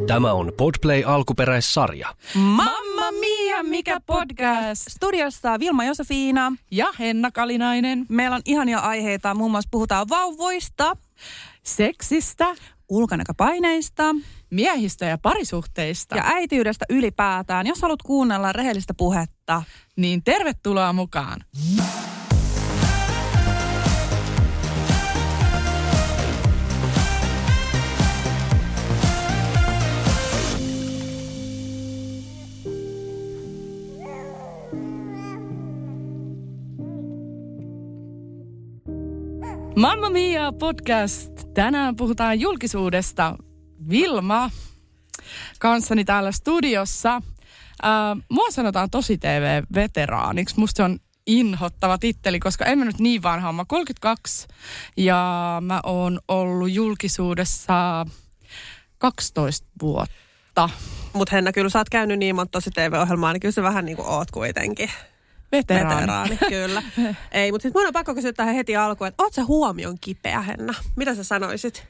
Tämä on Podplay alkuperäissarja. Mamma mia, mikä podcast! Studiossa Vilma Josefiina Ja Henna Kalinainen. Meillä on ihania aiheita, muun muassa puhutaan vauvoista, Seksistä, ulkonäköpaineista miehistä ja parisuhteista. ja äitiydestä ylipäätään. Jos haluat kuunnella rehellistä puhetta, Niin tervetuloa mukaan. Mamma mia podcast. Tänään puhutaan julkisuudesta. Vilma kanssani täällä studiossa. Mua sanotaan tosi TV-veteraaniksi. Musta se on inhottava titteli, koska en mä nyt niin vanha. Mä 32 ja mä oon ollut julkisuudessa 12 vuotta. Mutta Henna, kyllä sä oot käynyt niin monta tosi TV-ohjelmaa, niin kyllä sä vähän niin kuin oot kuitenkin. Veteraani, kyllä. Ei, mutta sitten mun on pakko kysyä tähän heti alkuun, että oot sä huomion kipeä, Henna? Mitä sä sanoisit?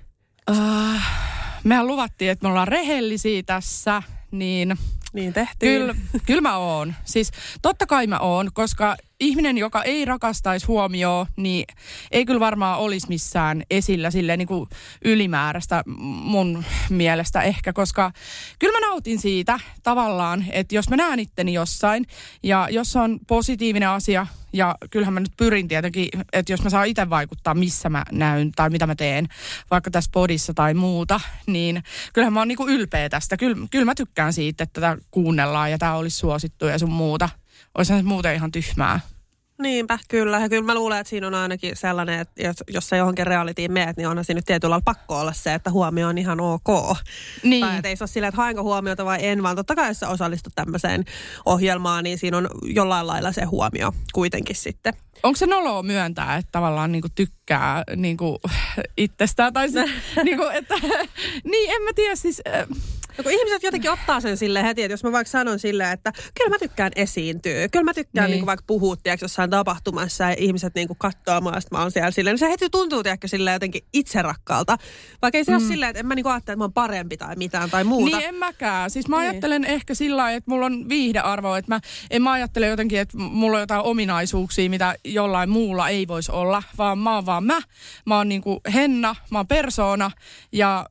Mehän luvattiin, että me ollaan rehellisiä tässä, niin Niin tehtiin. Kyllä mä oon. Siis totta kai mä oon, koska ihminen, joka ei rakastaisi huomioon, niin ei kyllä varmaan olisi missään esillä silleen niin kuin ylimääräistä mun mielestä ehkä, koska kyllä mä nautin siitä tavallaan, että jos mä näen itteni jossain ja jos on positiivinen asia ja kyllähän mä nyt pyrin tietenkin, että jos mä saan itse vaikuttaa, missä mä näyn tai mitä mä teen, vaikka tässä podissa tai muuta, niin kyllähän mä oon niin kuin ylpeä tästä. Kyllä mä tykkään siitä, että tätä kuunnellaan ja tää olisi suosittu ja sun muuta. Olisihan se muuten ihan tyhmää. Niinpä, kyllä. Ja kyllä mä luulen, että siinä on ainakin sellainen, että jos sä johonkin realityin meet, niin onhan siinä nyt tietyllä lailla pakko olla se, että huomio on ihan ok. Niin. Tai että ei se ole silleen, että haenko huomiota vai en, vaan totta kai jos sä osallistut tämmöiseen ohjelmaan, niin siinä on jollain lailla se huomio kuitenkin sitten. Onko se noloa myöntää, että tavallaan niinku tykkää niinku itsestään? Tai siis, niinku, että, niin en mä tiedä siis... No kun ihmiset jotenkin ottaa sen silleen heti, että jos mä vaikka sanon silleen, että kyllä mä tykkään esiintyä. Kyllä mä tykkään niin kuin vaikka puhua jossain tapahtumassa ja ihmiset niin kuin katsoo mua, että mä oon siellä silleen. Niin se heti tuntuu silleen jotenkin itserakkaalta. Vaikka ei se ole silleen, että en mä niin kuin ajattele, että mä oon parempi tai mitään tai muuta. Niin en mäkään. Siis mä ajattelen ehkä sillä lailla, että mulla on viihdearvo. Että en mä ajattele jotenkin, että mulla on jotain ominaisuuksia, mitä jollain muulla ei voisi olla. Vaan mä oon vaan mä. Mä oon niin kuin Henna, mä oon persoona ja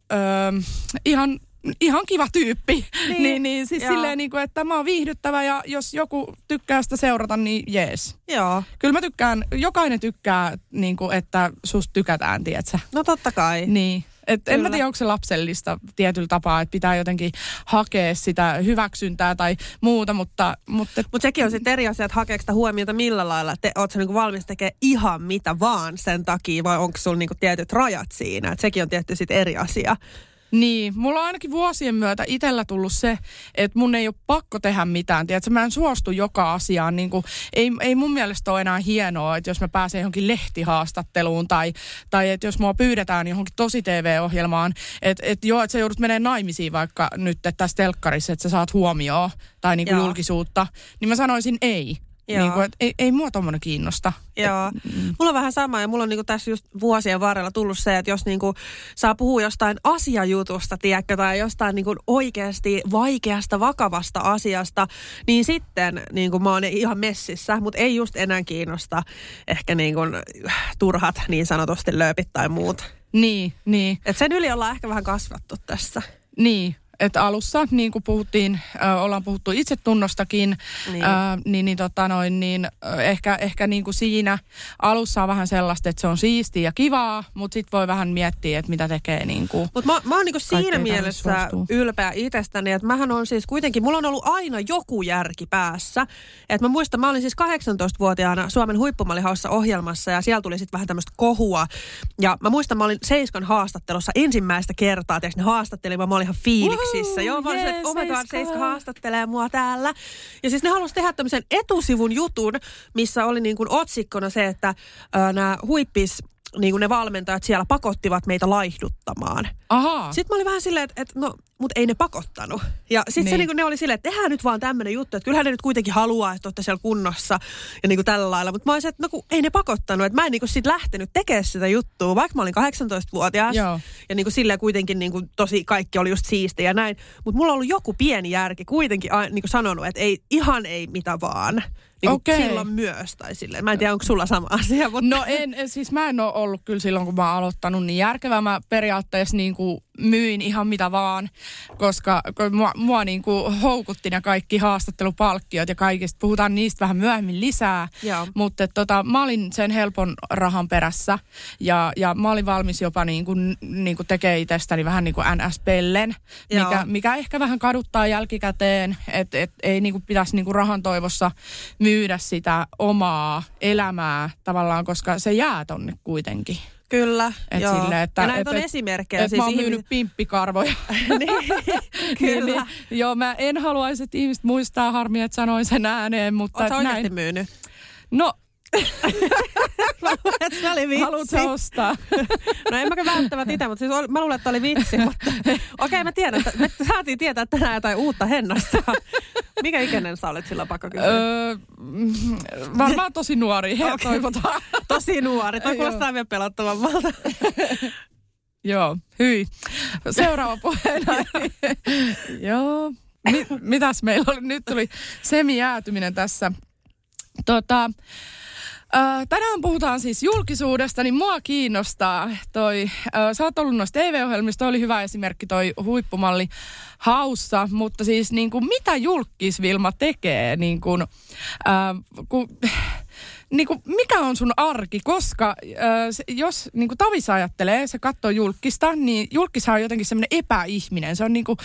ihan kiva tyyppi. Niin siis silleen, niin kuin, että mä oon viihdyttävä ja jos joku tykkää sitä seurata, niin jees. Joo. Kyllä mä tykkään, jokainen tykkää, niin kuin, että susta tykätään, tietsä. No totta kai. Niin. En mä tiedä, onko se lapsellista tietyllä tapaa, että pitää jotenkin hakea sitä hyväksyntää tai muuta, mutta sekin on sitten eri asia, että hakeeko sitä huomiota millä lailla. Oot sä niinku valmis tekemään ihan mitä vaan sen takia vai onko sulla niinku tietyt rajat siinä? Et sekin on tietty sitten eri asia. Niin, mulla on ainakin vuosien myötä itsellä tullut se, että mun ei ole pakko tehdä mitään. Tiedätkö, mä en suostu joka asiaan. Niin kuin, ei mun mielestä ole enää hienoa, että jos mä pääsen johonkin lehtihaastatteluun tai että jos mua pyydetään johonkin tosi TV-ohjelmaan, että sä joudut menemään naimisiin vaikka nyt tässä telkkarissa, että sä saat huomioon tai niin kuin julkisuutta, niin mä sanoisin ei. Niin kuin, että ei mua tommoinen kiinnosta. Joo. Mulla on vähän sama ja mulla on niinku tässä just vuosien varrella tullut se, että jos niinku saa puhua jostain asiajutusta, tiedätkö, tai jostain niinku oikeasti vaikeasta, vakavasta asiasta, niin sitten niinku mä oon ihan messissä, mutta ei just enää kiinnosta ehkä niinku turhat niin sanotusti lööpit tai muut. Niin. Et sen yli ollaan ehkä vähän kasvattu tässä. Niin. Että alussa, niin kuin puhuttiin, ollaan puhuttu itsetunnostakin, ehkä niin kuin siinä alussa on vähän sellaista, että se on siistiä ja kivaa, mutta sitten voi vähän miettiä, että mitä tekee niin kuin. Mutta mä oon niin kuin siinä mielessä ylpeä itsestäni, että mähän on siis kuitenkin, mulla on ollut aina joku järki päässä. Että mä muistan, mä olin siis 18-vuotiaana Suomen huippumallihaussa ohjelmassa ja siellä tuli sitten vähän tämmöistä kohua. Ja mä muistan, mä olin Seiskan haastattelussa ensimmäistä kertaa, tiedätkö, ne haastatteli, mä olin ihan fiiliksissä. Joo, mä olin että oh my god, Seiska haastattelee mua täällä. Ja siis ne halusi tehdä tämmöisen etusivun jutun, missä oli niin kuin otsikkona se, että nämä huippis, niin kuin ne valmentajat siellä pakottivat meitä laihduttamaan. Ahaa. Sitten mä olin vähän silleen, että no, mut ei ne pakottanut. Ja sitten se ne oli silleen, että tehdään nyt vaan tämmöinen juttu, että kyllähän ne nyt kuitenkin haluaa, että olette siellä kunnossa ja niin kuin tällä lailla. Mutta mä olisin, että no kun ei ne pakottanut, että mä en niin kuin sit lähtenyt tekemään sitä juttua, vaikka mä olin 18-vuotias. Joo. Ja niin kuin silleen kuitenkin niin kuin tosi kaikki oli just siistiä ja näin. Mutta mulla on ollut joku pieni järki kuitenkin niin kuin sanonut, että ei mitä vaan. Niin silloin myös, tai silleen. Mä en tiedä, onko sulla sama asia. Mutta... No siis mä en ole ollut kyllä silloin, kun mä oon aloittanut niin järkevää. Mä periaatteessa niin kuin myin ihan mitä vaan, koska mua niin kuin houkutti ne kaikki haastattelupalkkiot ja kaikista. Puhutaan niistä vähän myöhemmin lisää. Joo. Mutta mä olin sen helpon rahan perässä ja mä olin valmis jopa niin kuin tekee itsestäni vähän niin kuin NS-pellen, mikä ehkä vähän kaduttaa jälkikäteen, että ei niin kuin pitäisi niin kuin rahan toivossa myydä sitä omaa elämää tavallaan, niin se jää tonne kuitenkin. Kyllä, joo. Sille, ja näitä on esimerkkejä. Siis mä oon myynyt pimppikarvoja. Kyllä. Joo, mä en haluaisi, että ihmiset muistaa, harmi, että sanoin sen ääneen, mutta oot sä oikeasti myynyt? No. Mä oli vitsi. Haluatko ostaa? No en mäkään välttämättä itse, mutta siis mä luulen, että oli vitsi. Mutta okei, mä tiedän, että me saatiin tietää tänään jotain uutta Hennasta. Mikä ikäinen sä olet sillä pakko kysyä? Varmaan tosi nuori, toivotaan. Tosi nuori, toi kuulostaa vielä pelottavammalta. Joo, hyi. Seuraava puheena. Joo. Mitäs meillä oli? Nyt tuli semijäätyminen tässä. Tänään puhutaan siis julkisuudesta, niin mua kiinnostaa sä oot ollut noissa TV-ohjelmissa, oli hyvä esimerkki toi huippumalli Haussa, mutta siis niin kuin, mitä julkis Vilma tekee, mikä on sun arki, koska jos niin kuin Tavissa ajattelee, se katsoo julkista, niin julkishan on jotenkin semmoinen epäihminen. Se on niin kuin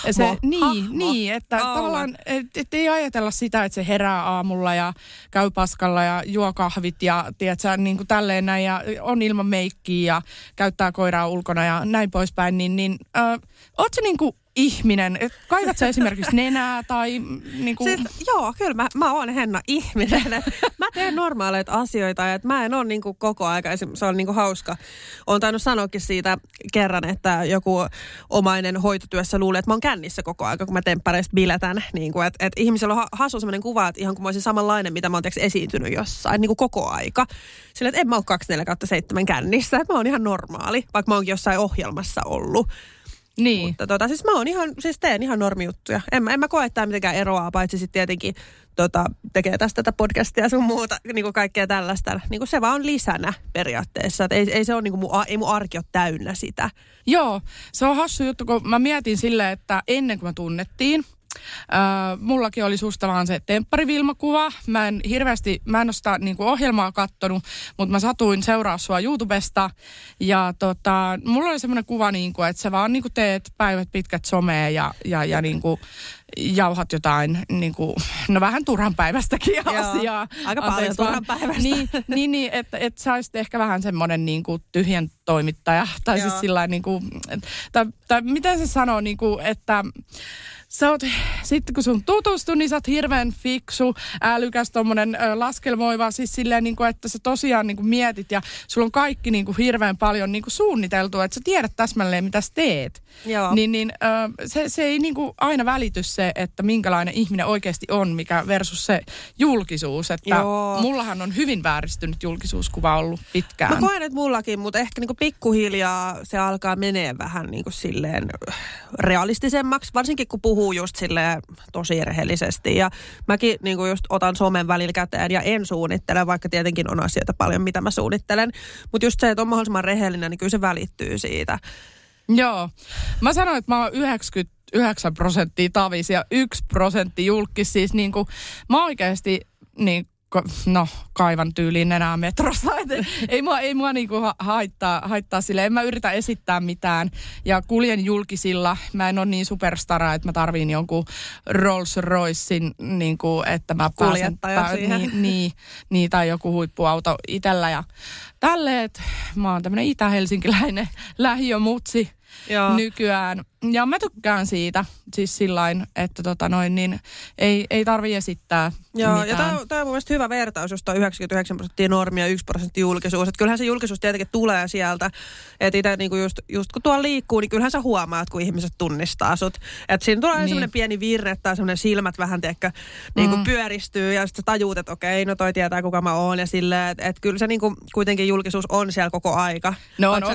Niin, että tavallaan et ei ajatella sitä, että se herää aamulla ja käy paskalla ja juo kahvit ja tiedätkö, niin kuin tälleen näin ja on ilman meikkiä ja käyttää koiraa ulkona ja näin poispäin, oot se niin kuin ihminen? Kaivat sä esimerkiksi nenää tai niinku... Siis, joo, kyllä mä oon Henna ihminen. Mä teen normaaleita asioita ja mä en ole niinku koko aika, se on niinku hauska. Oon tainnut sanoakin siitä kerran, että joku omainen hoitotyössä luulee, että mä oon kännissä koko aika, kun mä temppareista biletän. Niinku, että ihmisellä on hassu sellainen kuva, että ihan kuin mä olisin samanlainen, mitä mä oon esiintynyt jossain niinku koko aika. Sillä, että en mä ole 24/7 kännissä. Mä oon ihan normaali, vaikka mä oonkin jossain ohjelmassa ollut. Niin. Mutta siis mä oon teen ihan normijuttuja. En mä koe, että mitenkään eroaa, paitsi sitten tietenkin tekee tätä podcastia ja sun muuta, niinku kaikkea tällaista. Niinku se vaan on lisänä periaatteessa. Et ei se ole niinku ei mun arki ole täynnä sitä. Joo, se on hassu juttu, kun mä mietin silleen, että ennen kuin me tunnettiin, mullakin oli susta vaan se tempparivilmakuva. Mä en ole sitä niinku ohjelmaa kattonut, mutta mä satuin seuraa sua YouTubesta. Ja mulla oli semmoinen kuva, niinku, että sä vaan niinku teet päivät pitkät somea ja niinku jauhat jotain, niinku, no vähän turhanpäivästäkin asiaa. Aika paljon turhanpäivästä. Niin, että sä olisit ehkä vähän semmoinen niinku tyhjän toimittaja. Tai siis sillain niinku, tai miten se sanoo, niinku, että sä oot, sitten kun sun tutustun, niin sä oot hirveän fiksu, älykäs, tommonen laskelmoiva, siis silleen, niin kuin, että sä tosiaan niin kuin mietit ja sulla on kaikki niin kuin hirveän paljon niin kuin suunniteltua, että sä tiedät täsmälleen, mitä sä teet. Joo. Se ei niin kuin aina välity se, että minkälainen ihminen oikeasti on, mikä versus se julkisuus, että mullahan on hyvin vääristynyt julkisuuskuva ollut pitkään. Mä koen, että mullakin, mutta ehkä niin kuin pikkuhiljaa se alkaa menee vähän niin kuin silleen realistisemmaksi, varsinkin kun puhuu just silleen tosi rehellisesti. Ja mäkin niin kuin just otan somen välillä käteen ja en suunnittele, vaikka tietenkin on asioita paljon, mitä mä suunnittelen. Mutta just se, että on mahdollisimman rehellinen, niin kyllä se välittyy siitä. Joo. Mä sanoin, että mä oon 99% Tavis ja 1% julkis. Siis niin kuin, mä oikeasti kaivan tyyliin enää metrossa. Ei mua niinku haittaa sille. En mä yritä esittää mitään. Ja kuljen julkisilla. Mä en ole niin superstara, että mä tarviin jonkun Rolls Roycein, niinku, että mä pääsen. Niin, tai joku huippuauto itsellä. Ja tälleen, että mä oon tämmönen itä-helsinkiläinen lähiömutsi nykyään. Ja mä tykkään siitä siis sillain, että niin ei tarvitse esittää Joo, mitään. ja tämä on mun mielestä hyvä vertaus, jos tuo 99% normia ja 1% julkisuus. Että kyllähän se julkisuus tietenkin tulee sieltä. Että itse niinku just kun tuolla liikkuu, niin kyllähän sä huomaat, kun ihmiset tunnistaa sut. Että siinä tulee semmoinen pieni virre tai semmoinen silmät vähän niinku pyöristyy ja sitten tajuut, että okei, no toi tietää kuka mä oon ja silleen. Että kyllä se niinku kuitenkin julkisuus on siellä koko aika. No on 10%.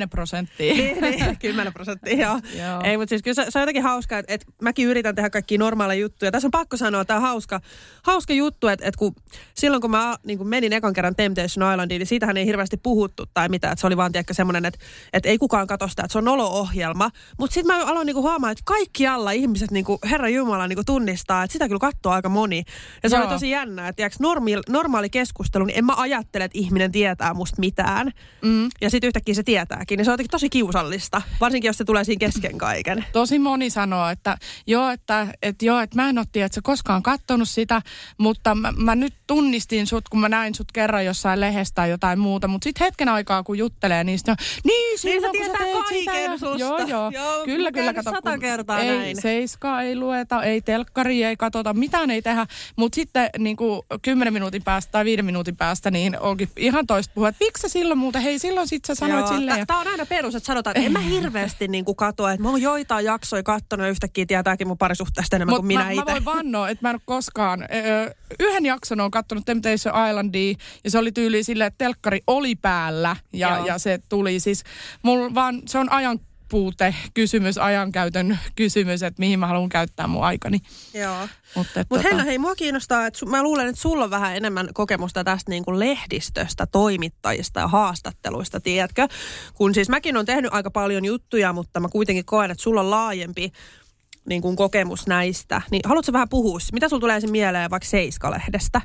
niin, 10%, joo. Ei, mutta siis kyllä se on jotenkin hauskaa, että mäkin yritän tehdä kaikkia normaaleja juttuja. Tässä on pakko sanoa, että tämä on hauska juttu, että kun silloin kun mä niin kun menin ekan kerran Temptation Islandiin, niin siitähän ei hirveästi puhuttu tai mitään. Että se oli vaan tiedäkö semmoinen, että ei kukaan katso sitä, että se on olo-ohjelma. Mutta sitten mä aloin niinku huomaa, että kaikkialla ihmiset niinku, Herra Jumala niinku tunnistaa, että sitä kyllä katsoo aika moni. Ja se oli tosi jännä, että tiedätkö, normaali keskustelu, niin en mä ajattele, että ihminen tietää musta mitään. Ja sitten yhtäkkiä se tietääkin. Niin se on jotenkin tosi kiusallista, varsinkin jos se tulee siinä kesken kaiken. Tosi moni sanoo, että mä en ole tiedä, että sä koskaan katsonut sitä, mutta mä nyt tunnistin sut, kun mä näin sut kerran jossain lehdestä tai jotain muuta, mutta sitten hetken aikaa, kun juttelee niistä, silloin kun sä teet kaiken sitä. Susta. Joo, kyllä, kato. 100 kertaa ei, näin. Seiskaa ei lueta, ei telkkaria ei katsota, mitään ei tehdä, mutta sitten niin kuin 10 minuutin päästä tai 5 minuutin päästä, niin onkin ihan toista puhua, että miksi sä silloin muuta, hei silloin sit sä sanoit silleen. Tämä on aina perus, että sanotaan, että en mä hirveästi niin kuin katoa, että mä oon joitain jaksoja kattonut ja yhtäkkiä tietääkin mun parisuhteesta enemmän kuin minä itse. Mä voin vannoa, että mä en ole koskaan, yhden jakson on kattonut Temptation Islandia ja se oli tyyliin silleen, että telkkari oli päällä ja se tuli siis, mulla vaan se on ajankäytön kysymys, että mihin mä haluan käyttää mun aikani. Joo. Mutta Henna, hei, mua kiinnostaa, että mä luulen, että sulla on vähän enemmän kokemusta tästä niin kuin lehdistöstä, toimittajista ja haastatteluista, tiedätkö? Kun siis mäkin on tehnyt aika paljon juttuja, mutta mä kuitenkin koen, että sulla on laajempi niin kuin kokemus näistä. Niin haluatko vähän puhua? Mitä sulla tulee mieleen vaikka Seiska-lehdestä?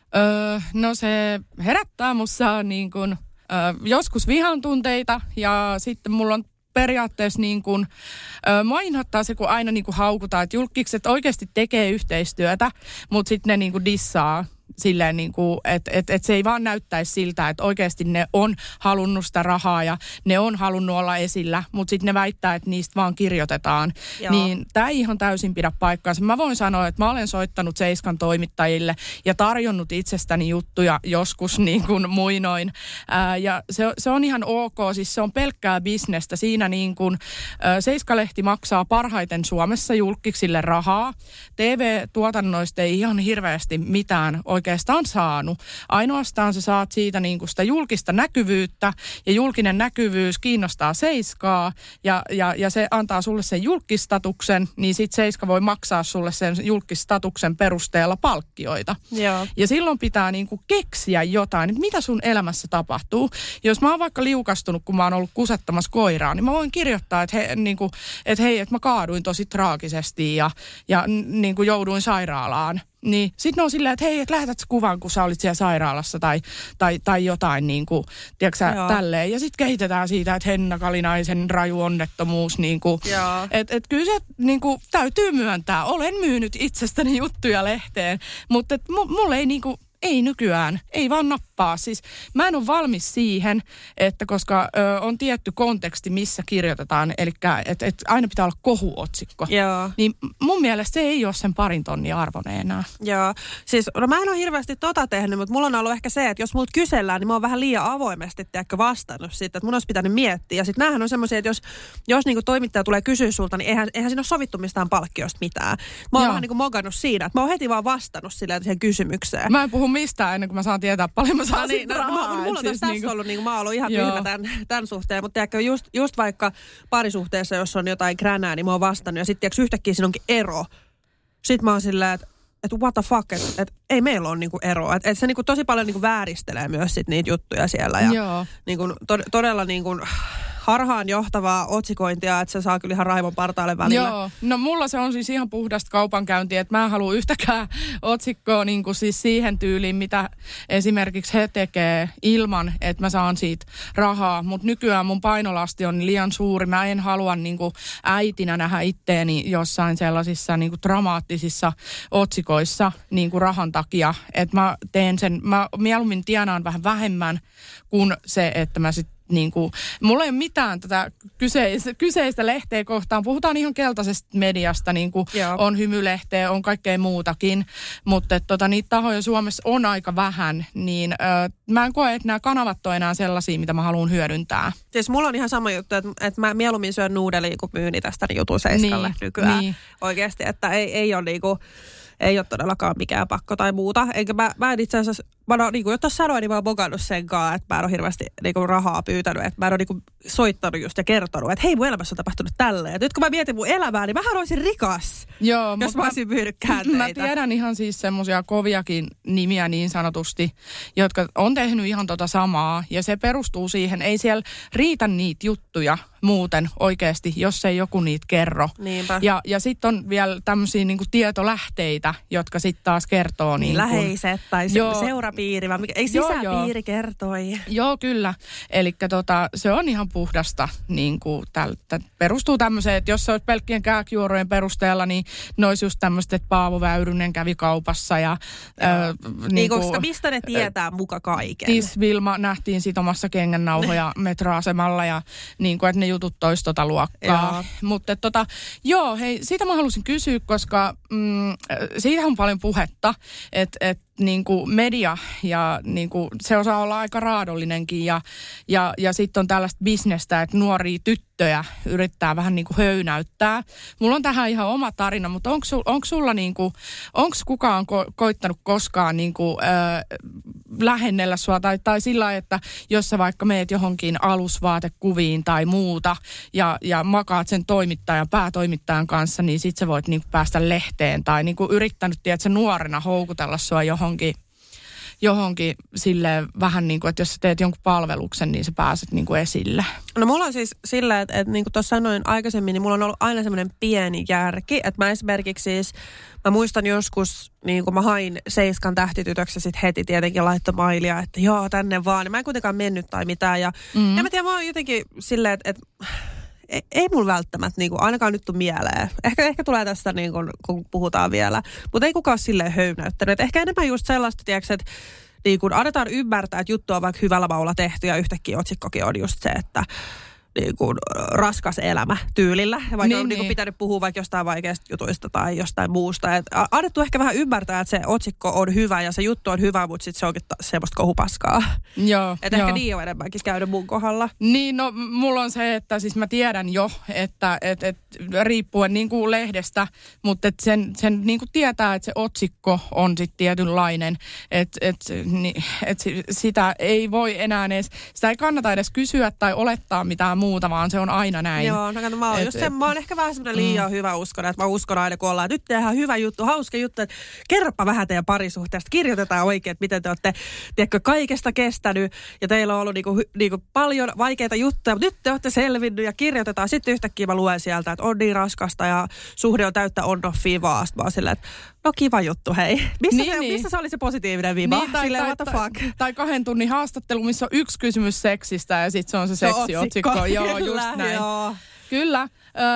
No se herättää musta niin kuin, joskus vihan tunteita ja sitten mulla on periaatteessa niin kuin, mua inhottaa se, kun aina niin kuin haukutaan, että julkikset oikeasti tekee yhteistyötä, mutta sitten ne niin kuin dissaa silleen, niin kuin, että se ei vaan näyttäisi siltä, että oikeasti ne on halunnut sitä rahaa ja ne on halunnut olla esillä, mutta sitten ne väittää, että niistä vaan kirjoitetaan. Joo. Niin tämä ei ihan täysin pidä paikkaansa. Mä voin sanoa, että mä olen soittanut Seiskan toimittajille ja tarjonnut itsestäni juttuja joskus niin kuin muinoin. Ja se on ihan ok, siis se on pelkkää bisnestä. Siinä niin kuin Seiska-lehti maksaa parhaiten Suomessa julkiksille rahaa. TV-tuotannoista ei ihan hirveästi mitään oikeastaan saanut. Ainoastaan sä saat siitä niin kuin sitä julkista näkyvyyttä ja julkinen näkyvyys kiinnostaa Seiskaa ja se antaa sulle sen julkistatuksen, niin sit Seiska voi maksaa sulle sen julkistatuksen perusteella palkkioita. Joo. Ja silloin pitää niin kuin keksiä jotain, että mitä sun elämässä tapahtuu. Jos mä oon vaikka liukastunut, kun mä oon ollut kusettamassa koiraa, niin mä voin kirjoittaa, että hei, että mä kaaduin tosi traagisesti ja niin kuin jouduin sairaalaan. Niin sit ne on silleen, että hei, et lähetät kuvan, kun sä olit siellä sairaalassa tai jotain niin kuin, tiedätkö sä, tälleen. Ja sit kehitetään siitä, että Henna Kalinaisen raju onnettomuus, niin kuin. Että kyllä se niin kuin, täytyy myöntää. Olen myynyt itsestäni juttuja lehteen, mutta mulle ei niin kuin, ei nykyään, ei vaan nappaa. Siis mä en ole valmis siihen, että koska on tietty konteksti, missä kirjoitetaan, eli että aina pitää olla kohuotsikko. Joo. Niin mun mielestä se ei ole sen 2 tonnia arvoinen enää. Joo. Siis no mä en ole hirveästi tehnyt, mutta mulla on ollut ehkä se, että jos multa kysellään, niin mä oon vähän liian avoimesti vastannut siitä, että mun olisi pitänyt miettiä. Ja sitten näähän on semmoisia, että jos niinku toimittaja tulee kysyä sulta, niin eihän siinä ole sovittu mistään palkkiosta mitään. Mä oon vähän niinku mogannut siinä, että mä oon heti vaan vastannut siihen kysymykseen. Mä en puhu mistään ennen kuin mä saan tietää paljon mä saan rahaa. Mulla on tässä niinku ollut, mä oon ollut ihan tyhmä tämän suhteen, mutta tiedätkö, just vaikka parisuhteessa, jos on jotain kränää, niin mä oon vastannut ja sitten yhtäkkiä siinä onkin ero. Sitten mä oon silleen, että what the fuck, että ei meillä ole niinku eroa. Että se niinku tosi paljon niinku vääristelee myös sit niitä juttuja siellä ja niinku todella niinku harhaan johtavaa otsikointia, että se saa kyllä ihan raivon partaalle välillä. Joo, no mulla se on siis ihan puhdasta kaupankäyntiä, että mä en halua yhtäkään otsikkoa niin kuin siis siihen tyyliin, mitä esimerkiksi he tekee ilman, että mä saan siitä rahaa. Mutta nykyään mun painolasti on liian suuri. Mä en halua niin kuin äitinä nähdä itteeni jossain sellaisissa niin kuin dramaattisissa otsikoissa niin kuin rahan takia. Että mä teen sen, mä mieluummin tienaan vähän vähemmän kuin se, että mä sit niinku, mulla ei ole mitään tätä kyseistä lehteä kohtaan. Puhutaan ihan keltaisesta mediasta, niinku on Hymylehteä, on kaikkea muutakin, mutta niitä tahoja Suomessa on aika vähän, niin mä en koe, että nämä kanavat on enää sellaisia, mitä mä haluan hyödyntää. Siis mulla on ihan sama juttu, että mä mieluummin syön nuudelia, kun myyn tästä Jutun Seiskalle nykyään. Niin. Oikeasti, että ei ole niinku... Ei ole todellakaan mikään pakko tai muuta. Enkä mä en itse asiassa, niin kuin jotta sanoin, niin mä oon bokannut senkaan, että mä en ole hirveästi niin kuin rahaa pyytänyt. Että mä en ole niin kuin soittanut just ja kertonut, että hei, mun elämässä on tapahtunut tälleen. Nyt kun mä mietin mun elämää, niin mähän olisin rikas, joo, jos mä olisin myynyt käänteitä. Mä tiedän ihan siis semmoisia koviakin nimiä niin sanotusti, jotka on tehnyt ihan samaa. Ja se perustuu siihen, ei siellä riitä niitä juttuja muuten oikeasti, jos ei joku niitä kerro. Niinpä. Ja sitten on vielä tämmöisiä niinku tietolähteitä, jotka sitten taas kertoo. Niin läheiset tai seurapiiri, vai ei sisäpiiri kertoi. Joo, kyllä. Eli se on ihan puhdasta. Niinku, perustuu tämmöiseen, että jos se olisi pelkkien kääkjuorojen perusteella, niin ne olisi just tämmöistä, että Paavo Väyrynen kävi kaupassa. Ja, koska mistä ne tietää muka kaiken? Vilma nähtiin sitomassa kengännauhoja metroasemalla ja niinku, että ne jutut tois luokkaa. Mutta hei, siitä mä halusin kysyä, koska siitä on paljon puhetta, että niinku media ja niinku, se osaa olla aika raadollinenkin ja sitten on tällaista bisnestä, että nuoria tyttöjä yrittää vähän niinku höynäyttää. Mulla on tähän ihan oma tarina, mutta onko sulla niinku, onko kukaan koittanut koskaan niinku, lähennellä sua tai sillä lailla, että jos sä vaikka meet johonkin alusvaatekuviin tai muuta ja makaat sen päätoimittajan kanssa, niin sit sä voit niinku päästä lehteen tai niinku yrittänyt, tiedätkö, nuorena houkutella sua johonkin silleen vähän niin kuin, että jos sä teet jonkun palveluksen, niin sä pääset niin kuin esille. No mulla on siis silleen, että niin kuin tuossa sanoin aikaisemmin, niin mulla on ollut aina semmoinen pieni järki, että mä esimerkiksi siis, mä muistan joskus, niin kun mä hain Seiskan tähtitytöksi sit heti tietenkin laittoi mailia, että joo, tänne vaan. Mä en kuitenkaan mennyt tai mitään ja en mä tiedä, mä oon jotenkin silleen, että ei mulla välttämättä niin kuin, ainakaan nyt tule mieleen. Ehkä tulee tästä, niin kuin, kun puhutaan vielä. Mutta ei kukaan silleen höynäyttänyt. Et ehkä enemmän just sellaista, tiedätkö, että niin kuin, annetaan ymmärtää, että juttu on vaikka hyvällä maulla tehty ja yhtäkkiä otsikkokin on just se, että niin kuin, raskas elämä tyylillä. Vaikka on niin kuin, pitänyt puhua vaikka jostain vaikeasta jutuista tai jostain muusta. Et annettu ehkä vähän ymmärtää, että se otsikko on hyvä ja se juttu on hyvä, mutta sitten se onkin semmoista kohupaskaa. Joo. Että ehkä niin on enemmänkin käynyt mun kohdalla. Niin, no mulla on se, että siis mä tiedän jo, että riippuen niin kuin lehdestä, mutta sen niin kuin tietää, että se otsikko on sitten tietynlainen. Että sitä ei voi enää edes, sitä ei kannata edes kysyä tai olettaa mitään muuta, vaan se on aina näin. Joo, no mä oon mä oon ehkä vähän semmoinen liian hyvä uskona, että mä uskon aina, kun ollaan, että nyt tehdään hyvä juttu, hauska juttu, että kerropa vähän teidän parisuhteesta, kirjoitetaan oikein, että miten te olette, tiedätkö, kaikesta kestänyt ja teillä on ollut niinku paljon vaikeita juttuja, mutta nyt te olette selvinnyt ja kirjoitetaan. Sitten yhtäkkiä mä luen sieltä, että on niin raskasta ja suhde on täyttä on-offia vaan. Sitten mä oon silleen, että no kiva juttu, hei. Missä se oli se positiivinen viiva? Niin, what the fuck? Tai 2 tunnin haastattelu, missä on yksi kysymys seksistä ja sitten se on se seksiotsikko. Joo, just näin. Joo. Kyllä.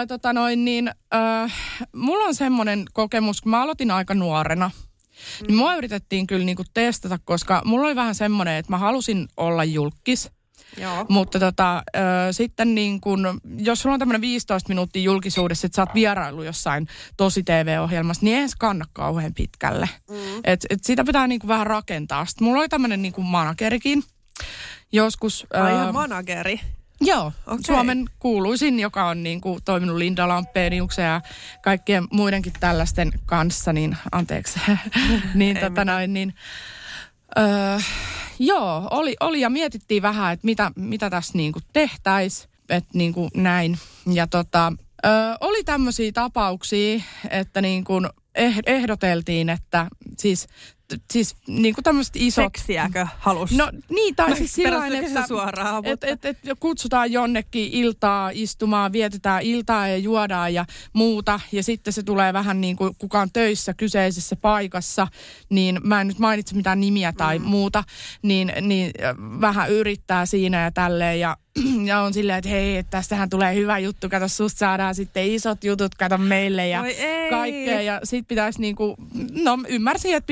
Mulla on semmoinen kokemus, kun mä aloitin aika nuorena. Niin mua yritettiin kyllä niinku testata, koska mulla oli vähän semmoinen, että mä halusin olla julkis. Joo. Mutta sitten niin kun, jos sulla on tämmöinen 15 minuuttia julkisuudessa, että sä oot vierailu jossain tosi TV-ohjelmassa, niin ei se kanna kauhean pitkälle. Et sitä pitää niin kuin vähän rakentaa. Sitten mulla oli tämmöinen niin kuin managerikin joskus. Ihan manageri? Joo, okay. Suomen kuuluisin, joka on niin kuin toiminut Linda Lampeniuksen ja kaikkien muidenkin tällaisten kanssa, niin anteeksi. Joo, oli ja mietittiin vähän, että mitä tässä niinku tehtäisiin, että niinku näin. Ja oli tämmöisiä tapauksia, että niinku ehdoteltiin, että siis niinku tämmöiset isot... Seksiäkö halus? No niin, tai siis sillain, että suoraan, et kutsutaan jonnekin iltaa istumaan, vietetään iltaa ja juodaan ja muuta. Ja sitten se tulee vähän niin kuin kuka on töissä kyseisessä paikassa, niin mä en nyt mainitse mitään nimiä tai muuta, niin vähän yrittää siinä ja tälleen ja on silleen, että hei, että tästähän tulee hyvä juttu, kato, susta saadaan sitten isot jutut, kato meille ja kaikkea. Ja sit pitäisi niinku, no ymmärsin, että pitäisi niinku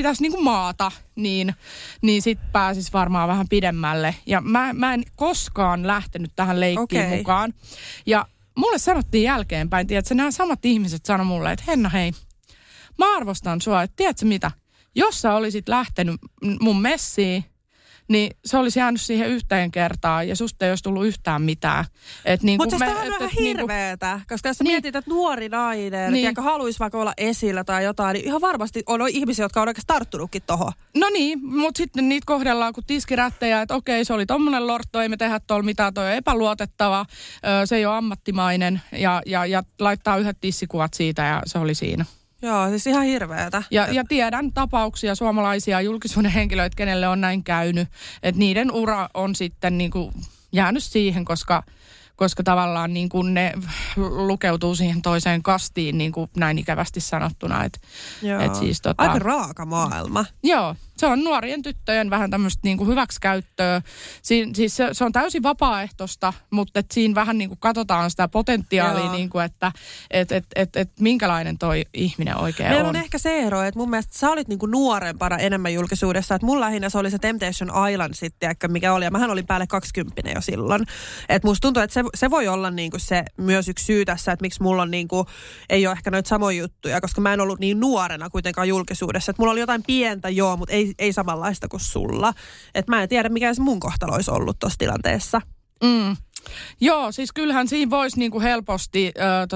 maata, niin sit pääsis varmaan vähän pidemmälle. Ja mä en koskaan lähtenyt tähän leikkiin mukaan. Ja mulle sanottiin jälkeenpäin, tiedätkö, nämä samat ihmiset sanoi mulle, että Henna hei, mä arvostan sua, että tiedätkö mitä, jos sä olisit lähtenyt mun messiin, niin se olisi jäänyt siihen yhteen kertaan ja susta ei olisi tullut yhtään mitään. Mutta tämä on vähän hirveetä, koska jos sä mietit, että nuori nainen, tiedätkö, haluaisi vaikka olla esillä tai jotain, niin ihan varmasti on ihmisiä, jotka on oikeasti tarttunutkin tohon. No niin, mutta sitten niitä kohdellaan kuin tiskirättejä, että okei, se oli tommonen lortto, ei me tehdä tuolla mitään, toi on epäluotettava, se ei ole ammattimainen ja laittaa yhdet tissikuvat siitä ja se oli siinä. Joo, siis ihan hirveetä. Ja tiedän tapauksia suomalaisia julkisuuden henkilöitä, kenelle on näin käynyt. Että niiden ura on sitten niinku jäänyt siihen, koska tavallaan niinku ne lukeutuu siihen toiseen kastiin, niinku näin ikävästi sanottuna. Siis aika raaka maailma. Joo, se on nuorien tyttöjen vähän tämmöistä niinku hyväksikäyttöä. Siis se on täysin vapaaehtoista, mutta siinä vähän niinku katsotaan sitä potentiaalia, niinku, että minkälainen toi ihminen oikein Meillä on ehkä se ero, että mun mielestä sä olit niinku nuorempana enemmän julkisuudessa. Että mun lähinnä se oli se Temptation Island sitten, mikä oli. Ja mähän olin päälle 20 jo silloin. Että musta tuntuu, että se voi olla niinku se myös yksi syy tässä, että miksi mulla on niinku, ei ole ehkä noita samoja juttuja, koska mä en ollut niin nuorena kuitenkaan julkisuudessa. Että mulla oli jotain pientä, joo, mutta ei samanlaista kuin sulla. Että mä en tiedä, mikä se mun kohtalo olisi ollut tuossa tilanteessa. Joo, siis kyllähän siinä voisi niinku helposti,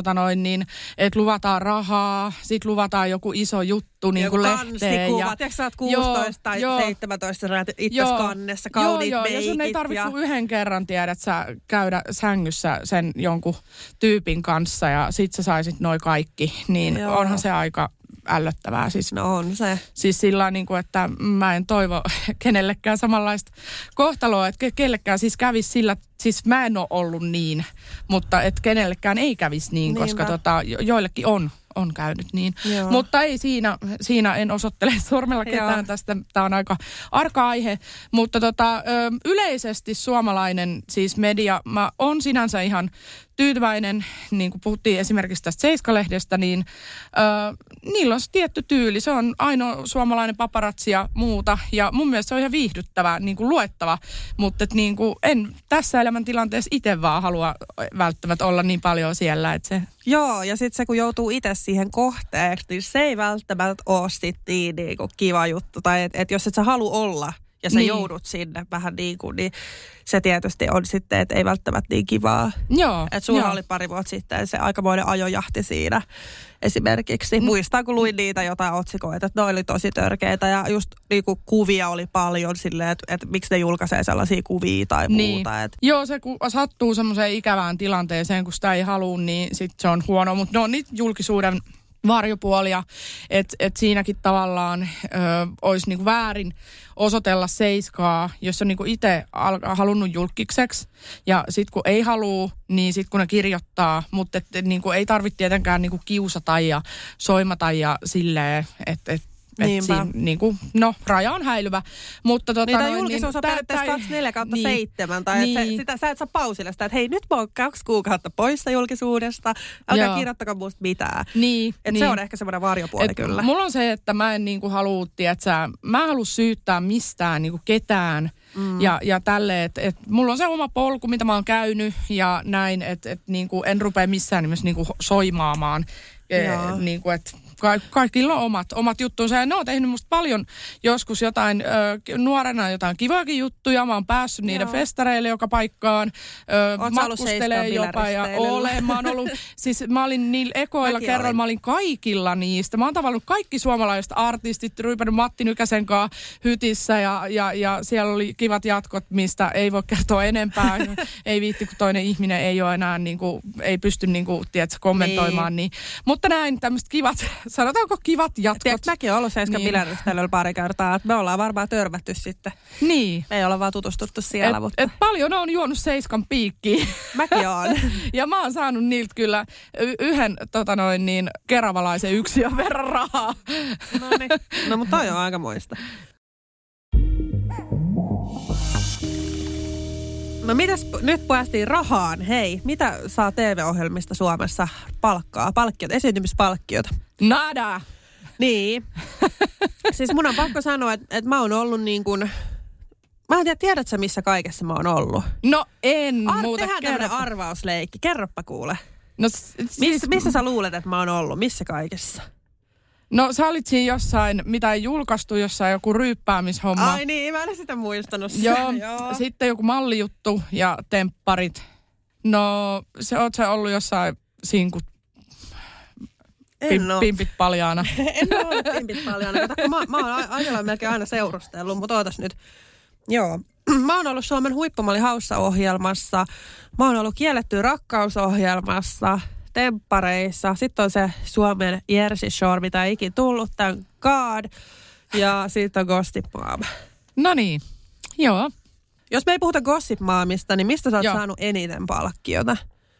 että luvataan rahaa, sit luvataan joku iso juttu niinku lehteen. Joku kansikuva, tiedätkö sä oot 16 tai 17, sä itse kannessa, kauniit meikit. Ja sun ei tarvitse kuin yhden kerran tiedät sä käydä sängyssä sen jonkun tyypin kanssa ja sit sä saisit noi kaikki, niin onhan se aika ällöttävää. Siis, no on se. Siis sillä niin kuin, että mä en toivo kenellekään samanlaista kohtaloa, että kellekään siis kävisi sillä, siis mä en ole ollut niin, mutta että kenellekään ei kävisi niin, koska joillekin on käynyt niin. Joo. Mutta ei siinä en osoittele sormella ketään tästä. Tämä on aika arka aihe. Mutta yleisesti suomalainen siis media, mä oon sinänsä ihan tyytyväinen, niin kuin puhuttiin esimerkiksi tästä Seiska-lehdestä, niin niillä on se tietty tyyli. Se on ainoa suomalainen paparazzi ja muuta. Ja mun mielestä se on ihan viihdyttävä, niin kuin luettava. Mutta niin kuin en tässä elämäntilanteessa itse vaan halua välttämättä olla niin paljon siellä, että se... Joo, ja sitten se kun joutuu itse siihen kohteeksi, niin se ei välttämättä ole sitten niin kuin kiva juttu. Tai että jos et sä halua olla ja sä joudut sinne vähän niin kuin, niin se tietysti on sitten, että ei välttämättä niin kivaa. Joo. Että sulla oli pari vuotta sitten se aikamoinen ajojahti siinä esimerkiksi. Muistan, kun luin niitä jotain otsikoita, että ne oli tosi törkeitä ja just niin kuin kuvia oli paljon silleen, että miksi ne julkaisee sellaisia kuvia tai muuta. Että. Joo, se kun sattuu semmoiseen ikävään tilanteeseen, kun sitä ei halua, niin sitten se on huono. Mutta ne on niitä julkisuuden varjopuolia, että siinäkin tavallaan olisi niinku väärin osoitella Seiskaa, jos on niinku itse halunnut julkikseksi ja sitten kun ei halua, niin sitten kun ne kirjoittaa, mutta niinku ei tarvitse tietenkään niinku kiusata ja soimata ja silleen, että niinku, raja on häilyvä. Mutta niitä julkisuus on periaatteessa 24/7. Tai sitä sä et saa pausille sitä, että hei, nyt mä oon 2 kuukautta poissa julkisuudesta. Älkää kirjoittakaa musta mitään. Se on ehkä semmoinen varjopuoli kyllä. Mulla on se, että mä en niinku halua, mä en halua syyttää mistään niinku ketään. Ja tälleen, että mulla on se oma polku, mitä mä oon käynyt ja näin, että niinku en rupea missään nimessä niinku soimaamaan. Niinku, että kaikilla on omat juttunsa ja ne on tehnyt musta paljon joskus jotain nuorena jotain kivoakin juttuja. Mä oon päässyt niiden festareille joka paikkaan. Matkustelee jopa ja olen. Mä oon ollut, siis mä olin niillä ekoilla kerroilla, mä olin kaikilla niistä. Mä oon tavannut kaikki suomalaiset artistit, ryypännyt Matti Nykäsen kanssa hytissä ja siellä oli kivat jatkot, mistä ei voi kertoa enempää. Ei viitti, kun toinen ihminen ei ole enää, niinku, ei pysty niinku, tiedätkö, kommentoimaan. Niin. Mutta näin tämmöiset kivat, sanotaanko kivat jatkot. Tiedätkö, mäkin olen ollut Seiskan bilerystäilyllä pari kertaa, että me ollaan varmaan törmätty sitten. Niin. Me ei olla vaan tutustuttu siellä. Mutta. Paljon on juonut Seiskan piikkiin. Mäkin oon. Ja mä oon saanut niiltä kyllä yhden keravalaisen yksion verran rahaa. No mutta toi on aika moista. No mitäs, nyt päästiin rahaan. Hei, mitä saa TV-ohjelmista Suomessa palkkiot, esiintymispalkkiot? Nada! Niin. Siis mun on pakko sanoa, että mä oon ollut niin kuin... Mä en tiedä, tiedätkö missä kaikessa mä oon ollut? No en muuta. Tehdään tämmönen arvausleikki. Kerroppa kuule. No, missä sä luulet, että mä oon ollut? Missä kaikessa? No sä olit siinä jossain, mitä ei julkaistu, jossain joku ryyppäämishomma. Ai niin, mä en sitä muistanut. Joo. Sitten joku mallijuttu ja tempparit. No oot sä ollut jossain siinä, kun pimpit paljaana. En ole ollut pimpit paljaana. Mä oon aina melkein aina seurustellut, mutta ootas nyt. Joo. Mä oon ollut Suomen Huippumalli Haussa-ohjelmassa. Mä oon ollut Kielletty rakkausohjelmassa, temppareissa. Sitten on se Suomen Jersey Shore, mitä ei ikin tullut, tän God. Ja sitten on Gossip Mom. No niin, joo. Jos me ei puhuta Gossip Momista, niin mistä sä oot saanut eniten palkkiota?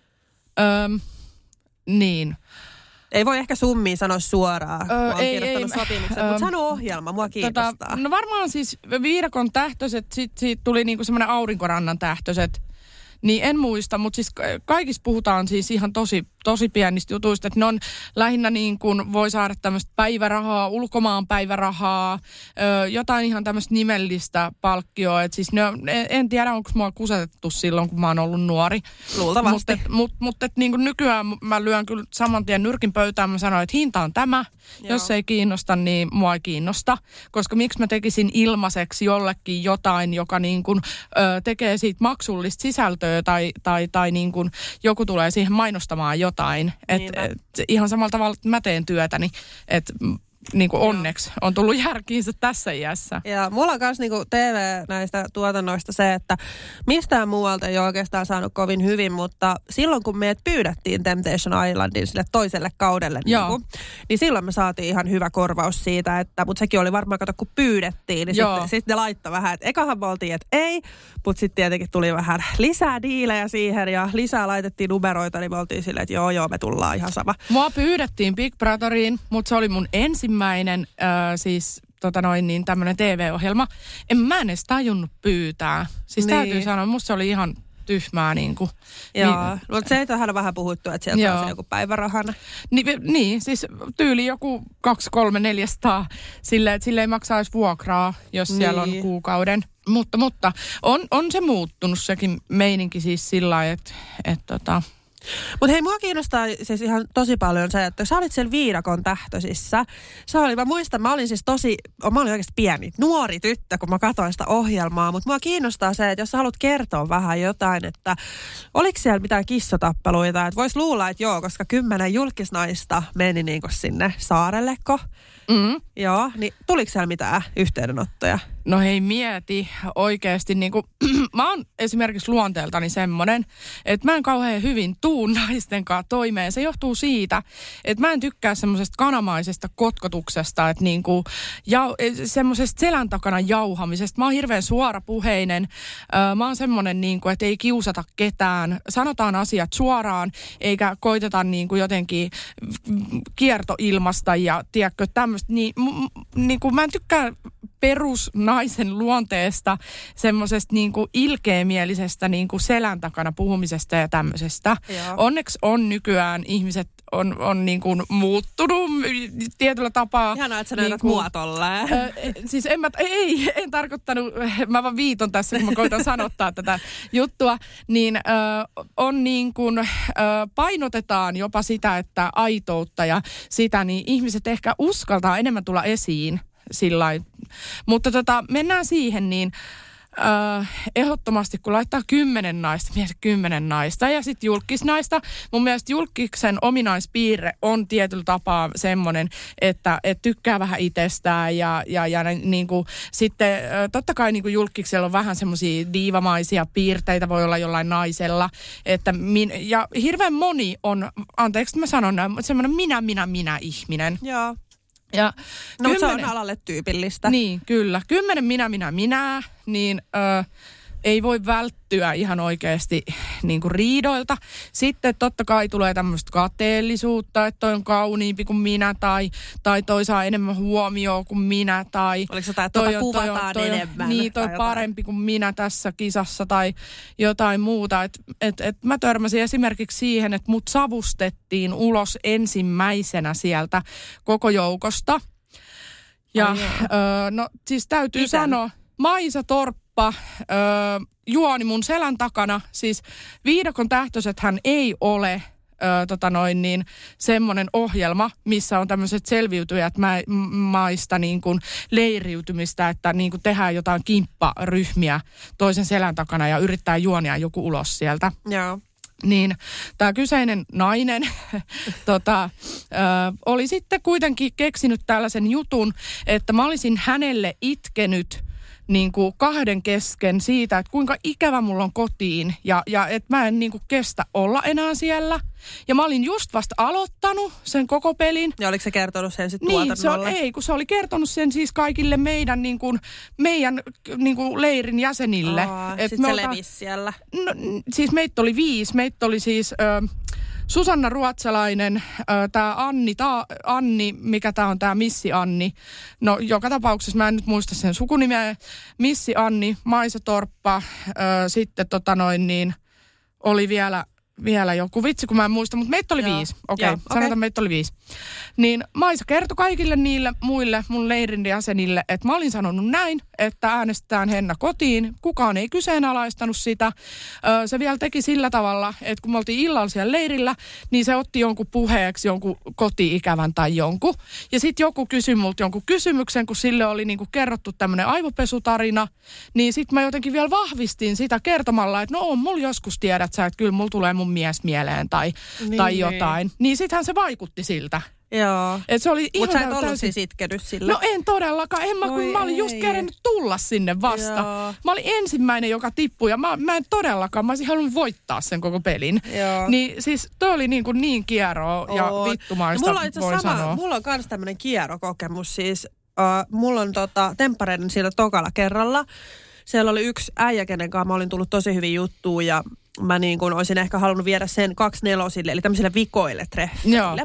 Niin. Ei voi ehkä summiin sanoa suoraan, kun on kirjoittanut sopimuksen, mutta sano ohjelma, mua kiinnostaa. No varmaan siis Viidakon tähtöiset, siitä tuli niinku semmoinen Aurinkorannan tähtöiset. Niin en muista, mutta siis kaikissa puhutaan siis ihan tosi pienistä jutuista, että ne on lähinnä niin kuin voi saada tämmöistä päivärahaa, ulkomaan päivärahaa, jotain ihan tämmöistä nimellistä palkkioa. Että siis en tiedä, onko mua kusetettu silloin, kun mä oon ollut nuori. Luultavasti. Mutta niin kuin nykyään mä lyön kyllä saman tien nyrkin pöytään, mä sanoin, että hinta on tämä. Joo. Jos ei kiinnosta, niin mua ei kiinnosta. Koska miksi mä tekisin ilmaiseksi jollekin jotain, joka niin kuin, tekee siitä maksullista sisältöä tai niin kuin joku tulee siihen mainostamaan jotain. Et ihan samalla tavalla, että mä teen työtäni, että niin kuin onneksi on tullut järkiinsä tässä iässä. Ja mulla on myös niin kuin TV näistä tuotannoista se, että mistään muualta ei ole oikeastaan saanut kovin hyvin, mutta silloin kun meidät pyydettiin Temptation Islandin sille toiselle kaudelle, niin silloin me saatiin ihan hyvä korvaus siitä, mutta sekin oli varmaan, kato kun pyydettiin, niin sitten ne laittoi vähän, että ekahan me oltiin, että ei, mutta sitten tietenkin tuli vähän lisää diilejä siihen ja lisää laitettiin numeroita, niin me oltiin silleen, että joo, me tullaan ihan sama. Mua pyydettiin Big Brotheriin, mutta se oli mun ensimmäinen siis niin tämmöinen TV-ohjelma. Mä en edes tajunnut pyytää. Siis täytyy sanoa, musta se oli ihan tyhmää niin kuin. Joo, mutta se on vähän puhuttu, että sieltä on se joku päivärahana. Niin, siis tyyli joku 200-400 silleen, että sille ei maksaisi vuokraa, jos siellä on kuukauden. Mutta on se muuttunut sekin meininki siis sillä lailla, että Mutta hei, mua kiinnostaa siis ihan tosi paljon se, että sä olit siellä Viidakon tähtöisissä. Mä muistan, mä olin oikeasti pieni, nuori tyttö, kun mä katsoin sitä ohjelmaa. Mutta mua kiinnostaa se, että jos sä haluat kertoa vähän jotain, että oliko siellä mitään kissatappeluita. Että vois luulla, että joo, koska 10 julkisnaista meni niinku sinne saarelleko. Joo, niin tuliko siellä mitään yhteydenottoja? No hei, mieti oikeasti. Niin kuin, mä oon esimerkiksi luonteeltani semmoinen, että mä en kauhean hyvin tuu naisten kanssa toimeen. Se johtuu siitä, että mä en tykkää semmoisesta kanamaisesta kotkotuksesta, että niin kuin, semmoisesta selän takana jauhamisesta. Mä oon hirveän suorapuheinen. Mä oon semmoinen, niin kuin, että ei kiusata ketään. Sanotaan asiat suoraan, eikä koiteta niin kuin jotenkin kiertoilmasta ja tiedätkö tämmöistä. Niin kuin mä en tykkää perusnaisen luonteesta, semmoisesta niinku ilkeämielisestä niinku selän takana puhumisesta ja tämmöisestä. Joo. Onneksi on nykyään ihmiset on niinku muuttunut tietyllä tapaa. Ihanaa, että sä näytät mua tolleen. Siis en tarkoittanut, mä vaan viiton tässä, kun mä koitan sanottaa tätä juttua, niin on niin kuin painotetaan jopa sitä, että aitoutta ja sitä, niin ihmiset ehkä uskaltaa enemmän tulla esiin sillain. Mutta mennään siihen, niin ehdottomasti kun laittaa 10 naista ja sitten julkisnaista. Mun mielestä julkiksen ominaispiirre on tietyllä tapaa semmoinen, että tykkää vähän itsestään ja niin kuin, sitten totta kai niin kuin julkiksella on vähän semmoisia diivamaisia piirteitä, voi olla jollain naisella, että ja hirveän moni on, anteeksi mä sanon näin, semmoinen minä ihminen. Joo. Ja se on alalle tyypillistä. Niin, kyllä. 10 minä, niin ei voi välttyä ihan oikeasti niin kuin riidoilta. Sitten totta kai tulee tämmöistä kateellisuutta, että toi on kauniimpi kuin minä tai toi saa enemmän huomioon kuin minä. Tai oliko se että kuvataan enemmän? Niin, toi parempi kuin minä tässä kisassa tai jotain muuta. Et mä törmäsin esimerkiksi siihen, että mut savustettiin ulos ensimmäisenä sieltä koko joukosta. Ja no siis täytyy sanoa, Maisa Torppa juoni mun selän takana. Siis Viidakon tähtöisethän ei ole semmoinen ohjelma, missä on tämmöiset selviytyjät maista niin kuin leiriytymistä, että niin kuin tehdään jotain kimpparyhmiä toisen selän takana ja yrittää juonia joku ulos sieltä. Joo. Niin tämä kyseinen nainen oli sitten kuitenkin keksinyt tällaisen jutun, että mä olisin hänelle itkenyt niin kuin kahden kesken siitä, että kuinka ikävä mulla on kotiin ja että mä en niin kuin kestä olla enää siellä. Ja mä olin just vasta aloittanut sen koko pelin. Ja oliko se kertonut sen sitten tuotannolle? Kun se oli kertonut sen siis kaikille meidän leirin jäsenille. Sitten se levisi siellä. No, siis meitä oli 5. Meitä oli siis Susanna Ruotsalainen, tämä Anni, mikä tämä on tämä Missi Anni. No joka tapauksessa mä en nyt muista sen sukunimeä. Missi Anni, Maisa Torppa, sitten oli vielä joku vitsi, kun mä en muista, mutta meitä oli 5. Okei, sanotaan meitä oli 5. Niin Maisa kertoi kaikille niille muille mun leirin jäsenille, että mä olin sanonut näin, että äänestetään Henna kotiin. Kukaan ei kyseenalaistanut sitä. Se vielä teki sillä tavalla, että kun me oltiin illalla siellä leirillä, niin se otti jonkun puheeksi, jonkun koti-ikävän tai jonkun. Ja sitten joku kysyi multa jonkun kysymyksen, kun sille oli niinku kerrottu tämmöinen aivopesutarina. Niin sitten mä jotenkin vielä vahvistin sitä kertomalla, että no on mulla joskus tiedät sä, että kyllä mulla tulee mun mies mieleen tai jotain. Niin sittenhän se vaikutti siltä. Joo. Mutta sä et ollut siis itkenyt sillä? No en todellakaan. Mä olin just kerennyt tulla sinne vasta. Joo. Mä olin ensimmäinen, joka tippui ja mä en todellakaan. Mä olisin halunnut voittaa sen koko pelin. Joo. Niin siis toi oli niin kieroa ja vittumaista, voin sanoa. Mulla on kans tämmönen kierokokemus. Siis mulla on temppareiden siellä tokalla kerralla. Siellä oli yksi äijä, kenen kanssa mä olin tullut tosi hyvin juttuun ja mä niin kuin olisin ehkä halunnut viedä sen 2/4, eli tämmöisille vikoille treffeille.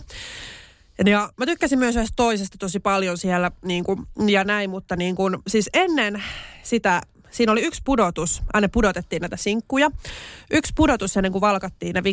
Ja mä tykkäsin myös yhdessä toisesta tosi paljon siellä niin kuin, ja näin, mutta niin kuin, siis ennen sitä, siinä oli yksi pudotus, aina pudotettiin näitä sinkkuja. Yksi pudotus ennen kuin valkattiin ne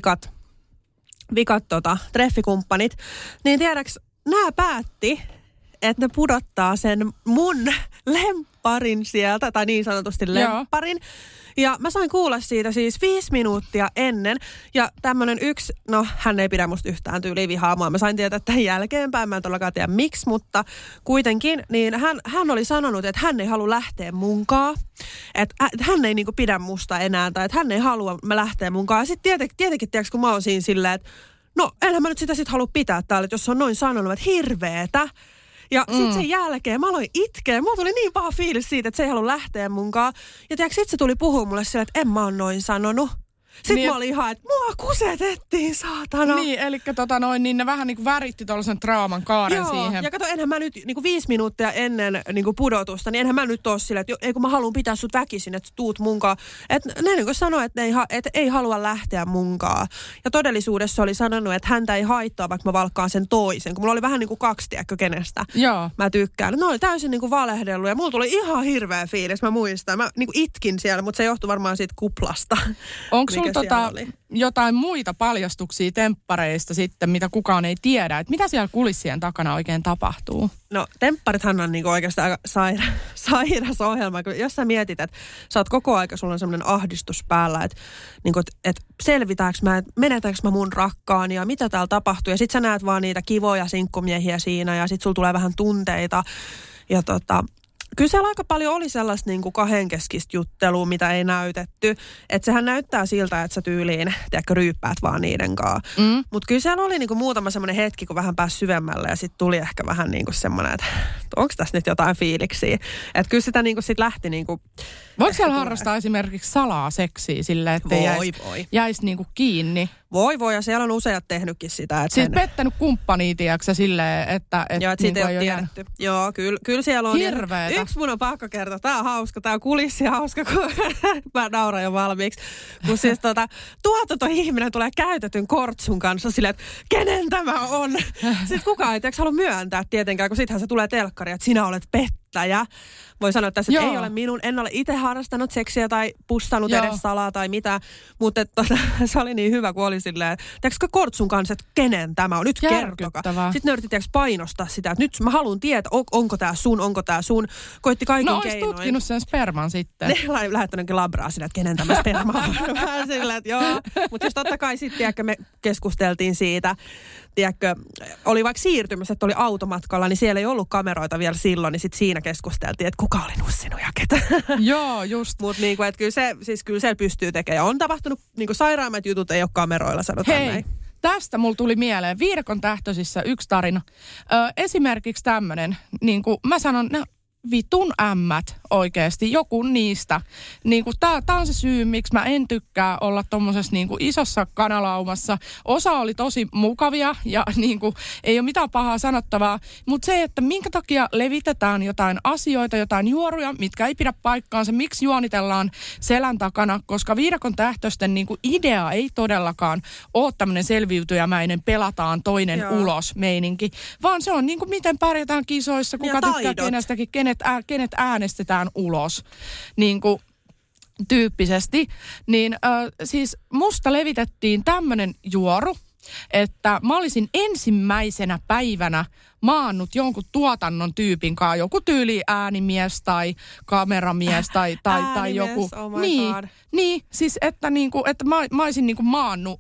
vikat treffikumppanit, niin tiedäks, nämä päätti, että ne pudottaa sen mun lempparin sieltä, tai niin sanotusti lempparin. Ja mä sain kuulla siitä siis 5 minuuttia ennen. Ja tämmönen yksi, no hän ei pidä musta yhtään tyyliin vihaamaa. Mä sain tietää tämän jälkeenpäin, mä en todellakaan tiedä miksi, mutta kuitenkin, niin hän oli sanonut, että hän ei halua lähteä munkaan. Että hän ei niinku pidä musta enää, tai että hän ei halua mä lähteä munkaan. Ja sitten tietenkin tiedätkö, kun mä oon siinä silleen, että no enhän mä nyt sitä sit halua pitää täällä, että jos on noin sanonut, että hirveetä. Ja sitten sen jälkeen mä aloin itkeä. Mulla tuli niin paha fiilis siitä, että se ei halua lähteä munkaan. Ja tiedätkö, sit se tuli puhua mulle sille, että en mä oon noin sanonut. Sitten niin, mä olin ihan, että mua kusetettiin, saatana. Niin, eli niin ne vähän niin kuin väritti tuollaisen trauman kaaren siihen. Ja kato, enhän mä nyt niin kuin 5 minuuttia ennen niin kuin pudotusta, niin enhän mä nyt ole silleen, että ei kun mä haluan pitää sut väkisin, että tuut munkaan. Että ne niin kuin sanoi, että ei halua lähteä munkaan. Ja todellisuudessa oli sanonut, että häntä ei haittaa, vaikka mä valkkaan sen toisen. Kun mulla oli vähän niin kuin 2, tiedätkö, kenestä mä tykkään. Ne oli täysin niin kuin valehdellut ja mulla tuli ihan hirveä fiilis, mä muistan. Mä niin kuin itkin siellä, mutta se johtui varmaan siitä kuplasta. Onko sulla jotain muita paljastuksia temppareista sitten, mitä kukaan ei tiedä? Että mitä siellä kulissien takana oikein tapahtuu? No tempparithan on niinku oikeastaan aika sairas ohjelma. Jos sä mietit, että sä oot koko aika, sulla on semmoinen ahdistus päällä, että niinku, et selvitäänkö mä, menetäänkö mä mun rakkaan ja mitä täällä tapahtuu. Ja sit sä näet vaan niitä kivoja sinkkumiehiä siinä ja sit sulla tulee vähän tunteita. Ja kyllä siellä aika paljon oli sellaista niin kuin kahdenkeskistä juttelua, mitä ei näytetty. Että sehän näyttää siltä, että sä tyyliin, tiedätkö, ryyppäät vaan niiden kanssa. Mutta kyllä siellä oli niin kuin muutama semmoinen hetki, kun vähän pääsi syvemmälle ja sitten tuli ehkä vähän niin kuin semmoinen, että onko tässä nyt jotain fiiliksiä. Että kyllä sitä niin kuin sit lähti niin kuin... Voiko siellä harrastaa esimerkiksi salaa seksiä silleen, että jäisi niin kuin kiinni? Voi, ja siellä on useat tehnytkin sitä. Siis pettänyt kumppania, tiedätkö, silleen, että joo, että siitä ei ole tiedetty. Joo, kyllä siellä on. Hirveetä. Yksi mun on pakko kertoa. Tää on hauska, tää on kulissi hauska, kun mä nauran jo valmiiksi. Kun siis ihminen tulee käytetyn kortsun kanssa silleen, että kenen tämä on? Sitten kukaan ei halua myöntää tietenkään, kun sittenhän se tulee telkkari, että sinä olet pettänyt. käyttäjä. Voi sanoa tässä, että ei ole en ole itse harrastanut seksiä tai pussannut edes salaa tai mitään, mutta se oli niin hyvä, kun oli silleen, tiedätkö Kortsun kanssa, että kenen tämä on, nyt kertokaa. Sitten ne yritti painostaa sitä, että nyt mä haluan tietää, onko tämä sun, koitti kaikin keinoin. No, tutkinut sen sperman sitten. Ne lähettänytkin labraa sillä, että kenen tämä sperma on. Sillä, että joo. Mutta siis totta kai sitten, tiedätkö, me keskusteltiin siitä, tiedätkö, oli vaikka siirtymässä, että oli automatkalla, niin siellä ei ollut kameroita vielä silloin, niin sitten siinä keskusteltiin, että kuka oli nussinut ja ketä. Joo, just. Mutta niinku, että kyllä se pystyy tekemään. On tapahtunut niinku sairaammat jutut, ei ole kameroilla, sanotaan näin. Tästä mulla tuli mieleen Viidakon tähtöisissä yksi tarina. Esimerkiksi tämmöinen, niin kuin mä sanon, vitun ämmät oikeasti, joku niistä. Niin kuin tää on se syy, miksi mä en tykkää olla tommosessa niin kuin isossa kanalaumassa. Osa oli tosi mukavia ja niin kuin ei ole mitään pahaa sanottavaa, mutta se, että minkä takia levitetään jotain asioita, jotain juoruja, mitkä ei pidä paikkaansa, miksi juonitellaan selän takana, koska Viidakon tähtöisten niin kuin idea ei todellakaan ole tämmöinen selviytyjämäinen pelataan toinen ulos meininki, vaan se on niin kuin miten pärjätään kisoissa, kuka tykkää kenestäkin, kenet äänestetään ulos, niin kuin tyyppisesti. Niin siis musta levitettiin tämmöinen juoru, että mä olisin ensimmäisenä päivänä maannut jonkun tuotannon tyypin kanssa, joku tyyli äänimies tai kameramies tai joku. Oh niin, siis että niinku, että mä olisin niinku maannut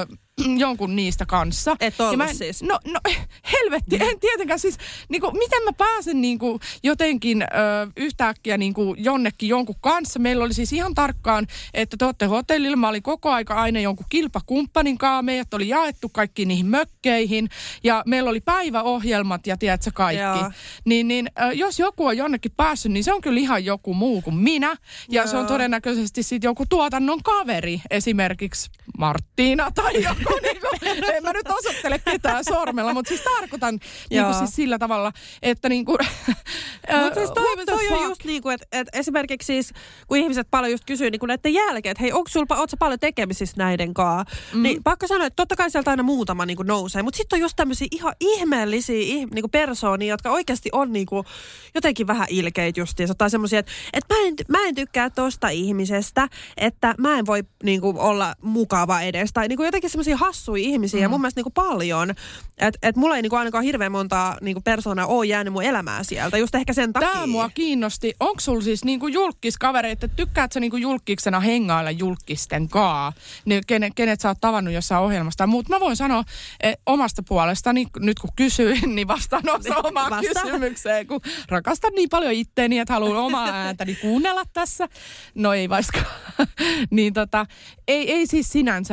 jonkun niistä kanssa. Et ollut siis? No helvetti, en tietenkään siis, niinku, miten mä pääsen niinku jotenkin yhtäkkiä niinku jonnekin jonkun kanssa. Meillä oli siis ihan tarkkaan, että te olette hotellilla, mä olin koko aika aina jonkun kilpakumppanin kanssa, meidät oli jaettu kaikki niihin mökkeihin ja meillä oli päiväohjelmat ja tiedätkö kaikki. Niin jos joku on jonnekin päässyt, niin se on kyllä ihan joku muu kuin minä ja se on todennäköisesti sitten joku tuotannon kaveri, esimerkiksi Marttiina tai joku. En mä nyt osoittele ketään sormella, mutta siis tarkoitan siis sillä tavalla, että mutta siis toi on just että esimerkiksi siis, kun ihmiset paljon just kysyy näiden jälkeen, että hei, ootko sä paljon tekemisissä näiden kanssa? Niin pakko sanoa, että totta kai sieltä aina muutama nousee, mutta sitten on just tämmöisiä ihan ihmeellisiä persoonia, jotka oikeasti on jotenkin vähän ilkeitä justiinsa. Tai semmoisia, että mä en tykkää tosta ihmisestä, että mä en voi olla mukava edes. Tai jotenkin semmoisia hassuja ihmisiä ja mun mielestä paljon. Että mulla ei ainakaan hirveän montaa persoonaa ole jäänyt mun elämää sieltä. Just ehkä sen takia. Tää mua kiinnosti. Onko sulla siis julkiskavereita, että tykkäätkö sä julkiksena hengailla julkisten kaa? Kenet sä oot tavannut jossain ohjelmasta? Mutta mä voin sanoa omasta puolestani, nyt kun kysyin, niin vastaan omaan kysymykseen, kun rakastan niin paljon itteeni, että haluan omaa ääntäni kuunnella tässä. No ei vaikka. Niin ei siis sinänsä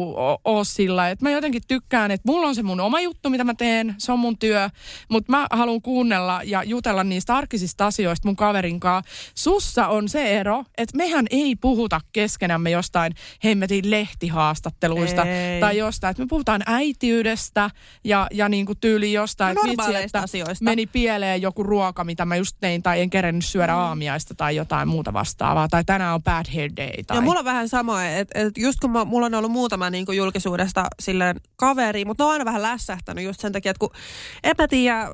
ole sillä, että mä jotenkin tykkään, että mulla on se mun oma juttu, mitä mä teen, se on mun työ, mutta mä haluan kuunnella ja jutella niistä arkisista asioista mun kaverin kanssa. Sussa on se ero, että mehän ei puhuta keskenämme jostain hemmetin lehtihaastatteluista tai jostain, että me puhutaan äitiydestä ja tyyli jostain, että asioista. Meni pieleen joku ruoka, mitä mä just tein tai en kerennyt syödä aamiaista tai jotain muuta vastaavaa tai tänään on bad hair day. Tai... Ja mulla on vähän sama, että just kun mulla on ollut muutama julkisuudesta silleen kaveri, mutta ne on aina vähän lässähtänyt just sen takia, että kun en mä tiedä,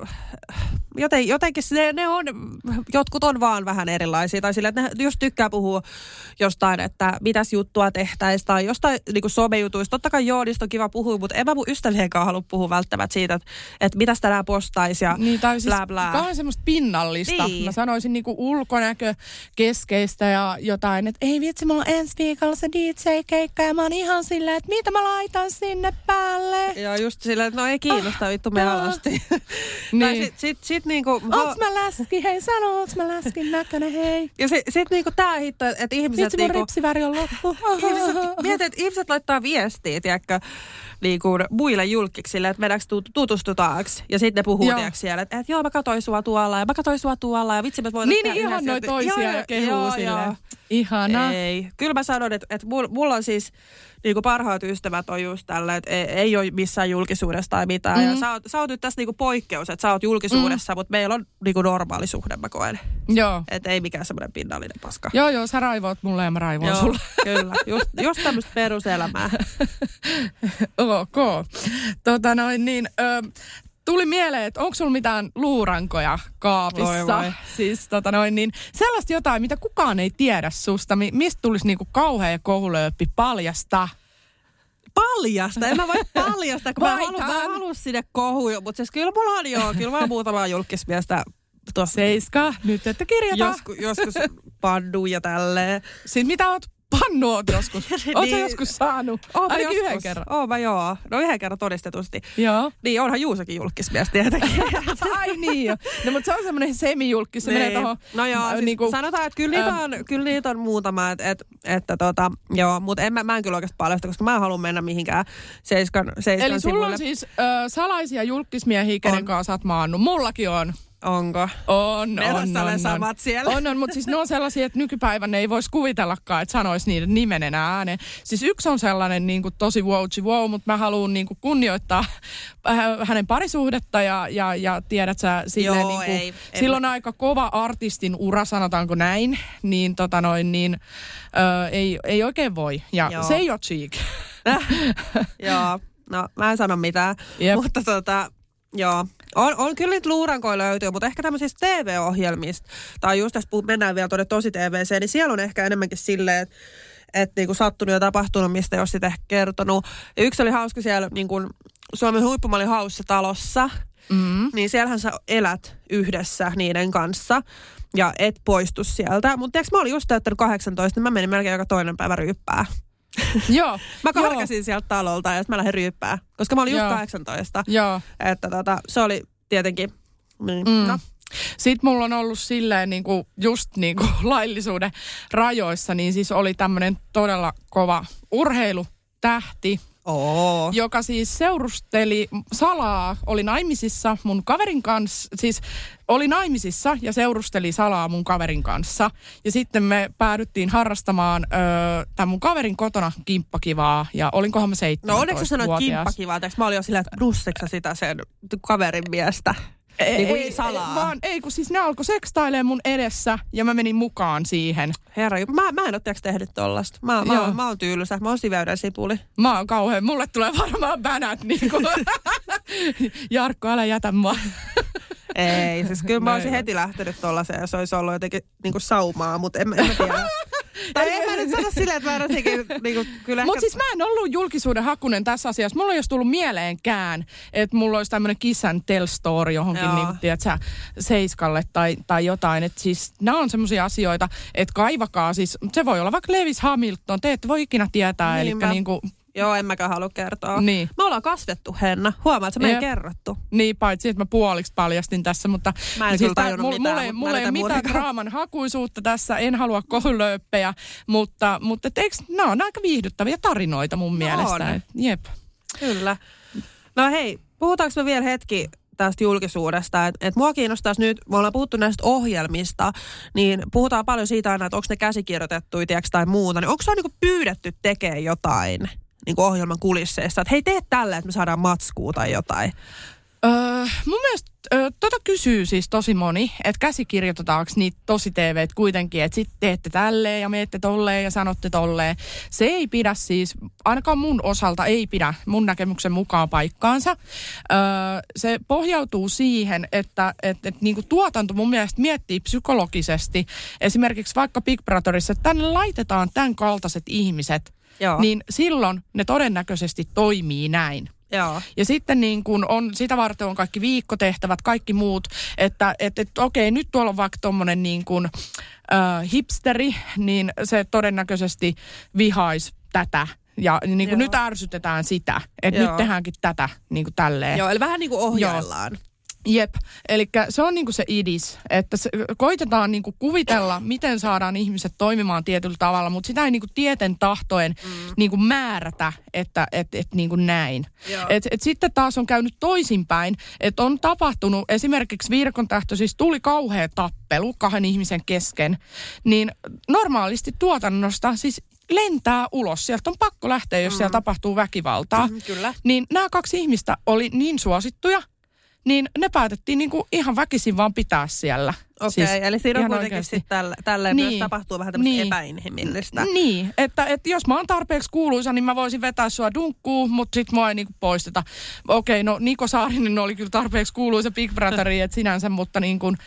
jotenkin ne on, jotkut on vaan vähän erilaisia. Tai silleen, että ne just tykkää puhua jostain, että mitäs juttua tehtäisiin tai jostain somejutuista. Totta kai niistä on kiva puhua, mutta en mä mun ystävienkaan halua puhua välttämättä siitä, että mitäs tänään postaisi ja blää blää. Kauan semmoista pinnallista. Niin. Mä sanoisin ulkonäkö keskeistä ja jotain, että ei vitsi, mulla on ensi viikolla se DJ-keikka ja mä oon ihan silleen, että mitä mä laitan sinne päälle. Ja just silleen, että no ei kiinnosta vittu me alasti. Niin. Sit Ooks mä läski? Hei sano, ooks mä läskin näköinen, hei. Ja sit tää hitto, että ihmiset vitsi mun ripsiväri on loppu. Mietit, että ihmiset laittaa viestiä, tiedätkö, muille julkiksille, että mennäänkö tutustutaanko. Ja sitten ne puhuu, tiedätkö siellä, että joo, mä katsoin sua tuolla ja mä katsoin sua tuolla ja vitsi, mä voin... Niin ihan noi toisia ja kehuu silleen. Ihana. Ei. Kyllä mä sanon, että mulla on siis parhaat ystävät on just tällä, että ei ole missään julkisuudessa tai mitään. Ja sä oot nyt tässä poikkeus, että sä oot julkisuudessa, mutta meillä on normaali suhde, mä koen. Joo. Että ei mikään semmoinen pinnallinen paska. Joo, sä raivoat mulle ja mä raivoan sulle. Kyllä, just tämmöistä peruselämää. Ok. tuli mieleen, että onko sulla mitään luurankoja kaapissa? Siis niin sellaista jotain, mitä kukaan ei tiedä susta. Mistä tulisi niinku kauhea kohulööppi paljasta? Paljasta? En mä voi paljastaa, kun mä halua sinne kohuja. Mutta siis kyllä mulla on kyllä mä muutamaa julkismiestä tuossa. Seiska, nyt ette kirjata. Joskus pannu ja tälleen. Siis mitä oot pannu oot joskus? Oot sä joskus saanut? Ainakin yhden kerran. Oon mä joo. No yhden kerran todistetusti. Joo. Niin onhan Juusakin julkismies tietenkin. Ai niin jo. No mutta se on semmoinen semijulkis. Se menee tohon. No joo, siis niinku, sanotaan, että kyllä niitä on muutama. Joo, mutta mä en kyllä oikeasti paljasta, koska mä en halua mennä mihinkään Seiskan eli sulla on siis salaisia julkismiehiä, kenen kanssa sä oot maannut. Mullakin on. Onko? On. Samat siellä. On, mutta siis ne on sellaisia, että nykypäivänä ei voisi kuvitellakaan, että sanoisi niiden nimen enää ääneen. Siis yksi on sellainen niin kuin tosi wow, mutta mä haluan niin kuin kunnioittaa hänen parisuhdetta ja tiedät sä, silleen, joo, niin kuin, silloin aika kova artistin ura, sanotaanko näin, niin, ei oikein voi. Ja joo. Se ei ole cheek. Joo, no mä en sano mitään, mutta joo. On kyllä niitä luurankoja löytyy, mutta ehkä tämmöisistä TV-ohjelmista, tai just tässä mennään vielä tuonne tosi TVC, niin siellä on ehkä enemmänkin silleen, että niinku sattunut ja tapahtunut, mistä ei ole sitten ehkä kertonut. Ja yksi oli hauska siellä niinku Suomen Huippumallin haussa talossa, niin siellähän sä elät yhdessä niiden kanssa ja et poistu sieltä. Mutta tiedätkö, mä olin just täyttänyt 18, niin mä menin melkein joka toinen päivä ryyppää. Joo. Mä karkasin sieltä talolta ja mä lähdin ryyppää, koska mä olin just 18. Joo. Että se oli tietenkin, no. Sitten mulla on ollut silleen just laillisuuden rajoissa, niin siis oli tämmönen todella kova urheilutähti, joka siis seurusteli salaa, oli naimisissa mun kaverin kanssa, siis oli naimisissa ja seurusteli salaa mun kaverin kanssa. Ja sitten me päädyttiin harrastamaan tämän mun kaverin kotona kimppakivaa ja olinkohan mä 17-vuotias. No onneksi sä sanoit kimppakivaa, mä olin jo silleen, että brusseksä sitä sen kaverin miestä? Ei salaa. Kun siis ne alkoi sekstailemaan mun edessä ja mä menin mukaan siihen. Herra, mä en ole tehnyt tollasta. Mä oon tyylysä, mä oon siveyden sipuli. Mä oon kauhean, mulle tulee varmaan bänät niinku. Jarkko, älä jätä mua. Ei, siis kyllä mä olisin heti lähtenyt tollaseen ja se olisi ollut jotenkin niinku saumaa, mutta en mä tiedä. Tai en mä nyt sano silleen, että mä en jotenkin niinku kyllä. Mutta siis mä en ollut julkisuuden hakunen tässä asiassa. Mulla ei olisi tullut mieleenkään, että mulla olisi tämmöinen kiss and tell story johonkin niinku, tiedätkö, Seiskalle tai jotain. Että siis nämä on semmoisia asioita, että kaivakaa siis, se voi olla vaikka Lewis Hamilton, te ette voi ikinä tietää, eli niinku. Joo, en mäkään halua kertoa. Niin. Me ollaan kasvettu, Henna. Huomaat, että me ei kerrottu. Niin, paitsi että mä puoliksi paljastin tässä, mutta mä en siis tajunnut mitään. Mulla ei ole mitään draaman hakuisuutta tässä, en halua kohulööppejä, mutta nämä on aika viihdyttäviä tarinoita mun mielestä. Jep. Kyllä. No hei, puhutaanko me vielä hetki tästä julkisuudesta, että mua kiinnostaisi nyt, me ollaan puhuttu näistä ohjelmista, niin puhutaan paljon siitä aina, että onko ne käsikirjoitettuja tai muuta, niin onko se niinku pyydetty tekemään jotain niinku ohjelman kulisseissa, että hei, tee tällä, että me saadaan matskua tai jotain? Mun mielestä kysyy siis tosi moni, että käsikirjoitetaanko niitä tosi TV:t kuitenkin, että sitten teette tälleen ja meette tolleen ja sanotte tolleen. Se ei pidä siis, ainakaan mun osalta ei pidä mun näkemyksen mukaan paikkaansa. Se pohjautuu siihen, että niinku tuotanto mun mielestä miettii psykologisesti. Esimerkiksi vaikka Big Brotherissa, että tänne laitetaan tämän kaltaiset ihmiset, niin silloin ne todennäköisesti toimii näin. Joo. Ja sitten niin kun sitä varten on kaikki viikkotehtävät, kaikki muut, että okei, nyt tuolla on vaikka tommonen niin kun, hipsteri, niin se todennäköisesti vihaisi tätä. Ja niin kun nyt ärsytetään sitä, että nyt tehdäänkin tätä niin kuin tälleen. Joo, eli vähän niin kuin ohjaillaan. Jep, eli se on niinku se idis, että koitetaan niinku kuvitella, miten saadaan ihmiset toimimaan tietyllä tavalla, mutta sitä ei niinku tieten tahtoen niinku määrätä, että niinku näin. Et sitten taas on käynyt toisinpäin, että on tapahtunut esimerkiksi Viidakon tähtöisissä tuli kauhea tappelu 2 ihmisen kesken, niin normaalisti tuotannosta siis lentää ulos. Sieltä on pakko lähteä, jos siellä tapahtuu väkivaltaa. Kyllä. Niin nämä 2 ihmistä oli niin suosittuja, niin ne päätettiin niinku ihan väkisin vaan pitää siellä. Okei, siis eli siinä on kuitenkin sitten tälleen myös tapahtuu vähän tämmöistä epäinhimillistä. Niin, että jos mä oon tarpeeksi kuuluisa, niin mä voisin vetää sua dunkkuun, mutta sit mua ei niinku poisteta. Okei, no Niko Saarinen oli kyllä tarpeeksi kuuluisa Big Brotheri, et sinänsä, mutta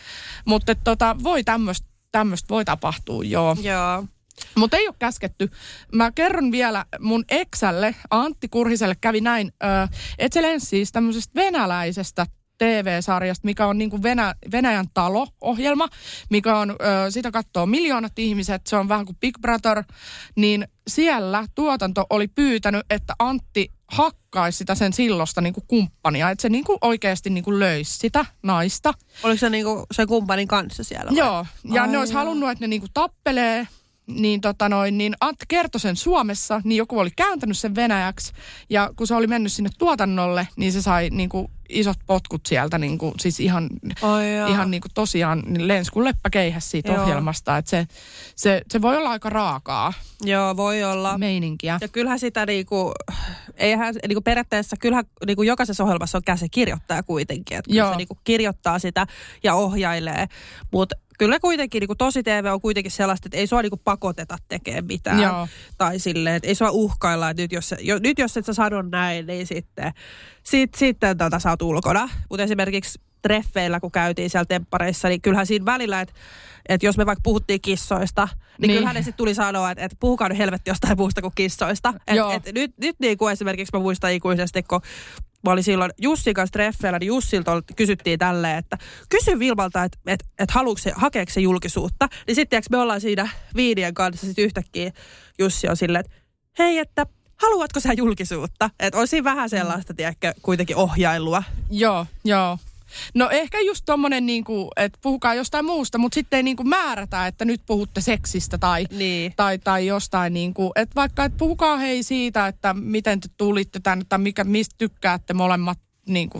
voi tämmöistä voi tapahtua, joo. Mutta ei ole käsketty. Mä kerron vielä mun eksälle, Antti Kurhiselle kävi näin, että se lensi siis tämmöisestä venäläisestä TV-sarjasta, mikä on niin kuin Venäjän talo-ohjelma, mikä on, sitä katsoo miljoonat ihmiset, se on vähän kuin Big Brother, niin siellä tuotanto oli pyytänyt, että Antti hakkaisi sitä sen sillosta niin kuin kumppania, että se niin kuin oikeasti niin kuin löisi sitä naista. Oliko se niin kuin se kumppanin kanssa siellä? Vai? Joo, ja ne olisi halunnut, että ne niin kuin tappelee. Niin, niin Antti kertoi sen Suomessa, niin joku oli kääntänyt sen venäjäksi. Ja kun se oli mennyt sinne tuotannolle, niin se sai niinku isot potkut sieltä, niinku, siis ihan niinku tosiaan lensi kuin leppäkeihäs siitä ohjelmasta. Että se voi olla aika raakaa. Joo, voi olla. Meininkiä. Ja kyllähän sitä eihän periaatteessa, kyllähän jokaisessa ohjelmassa on käsikirjoittaja kuitenkin. Että kyllä se kirjoittaa sitä ja ohjailee, mutta kyllä kuitenkin tosi TV on kuitenkin sellaista, että ei sua pakoteta tekemään mitään. Joo. Tai silleen, että ei sua uhkailla, että nyt jos et sä sano näin, niin sitten sä oot ulkona. Mutta esimerkiksi treffeillä, kun käytiin siellä temppareissa, niin kyllähän siinä välillä, että jos me vaikka puhuttiin kissoista, niin kyllähän ne sitten tuli sanoa, että puhukaa nyt helvetti jostain muusta kuin kissoista. Nyt niin kuin esimerkiksi mä muistan ikuisesti, kun mä olin silloin Jussin kanssa treffeillä, niin Jussilta kysyttiin tälleen, että kysy Vilmalta, että hakeeko se julkisuutta. Niin sitten me ollaan siinä viinien kanssa sitten yhtäkkiä Jussi on silleen, että hei, että haluatko sä julkisuutta? Että on siinä vähän sellaista, tiedätkö, kuitenkin ohjailua. Joo. No ehkä just tommonen niinku, että puhukaa jostain muusta, mutta sitten ei niinku määrätä, että nyt puhutte seksistä tai jostain niinku, että vaikka et puhukaa hei siitä, että miten te tulitte tänne tai mistä tykkäätte molemmat niinku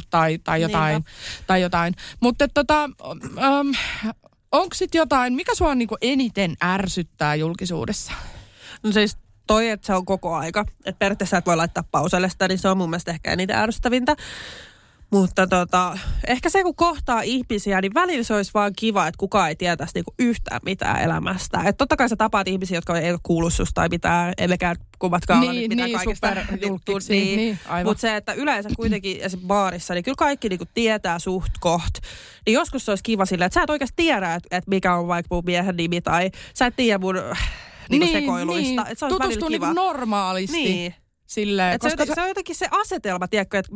tai jotain. Mutta onko sitten jotain, mikä sua niinku eniten ärsyttää julkisuudessa? No siis että se on koko aika. Että periaatteessa et voi laittaa pauselle sitä, niin se on mun mielestä ehkä eniten ärsyttävintä. Mutta ehkä se, kun kohtaa ihmisiä, niin välillä se olisi vaan kiva, että kukaan ei tietäisi niinku yhtään mitään elämästä. Että totta kai sä tapaat ihmisiä, jotka ei ole kuullut susta tai mitään, emmekä kummatkaan ole nyt mitään kaikesta. Niin, mutta se, että yleensä kuitenkin esimerkiksi baarissa, niin kyllä kaikki niinku tietää suht koht. Niin joskus se olisi kiva silleen, että sä et oikeasti tiedä, että mikä on vaikka mun miehen nimi tai sä et tiedä mun sekoiluista. Että se olisi välillä kiva. Tutustuu normaalisti. Niin. Silleen, se on jotenkin se asetelma, tiedätkö, että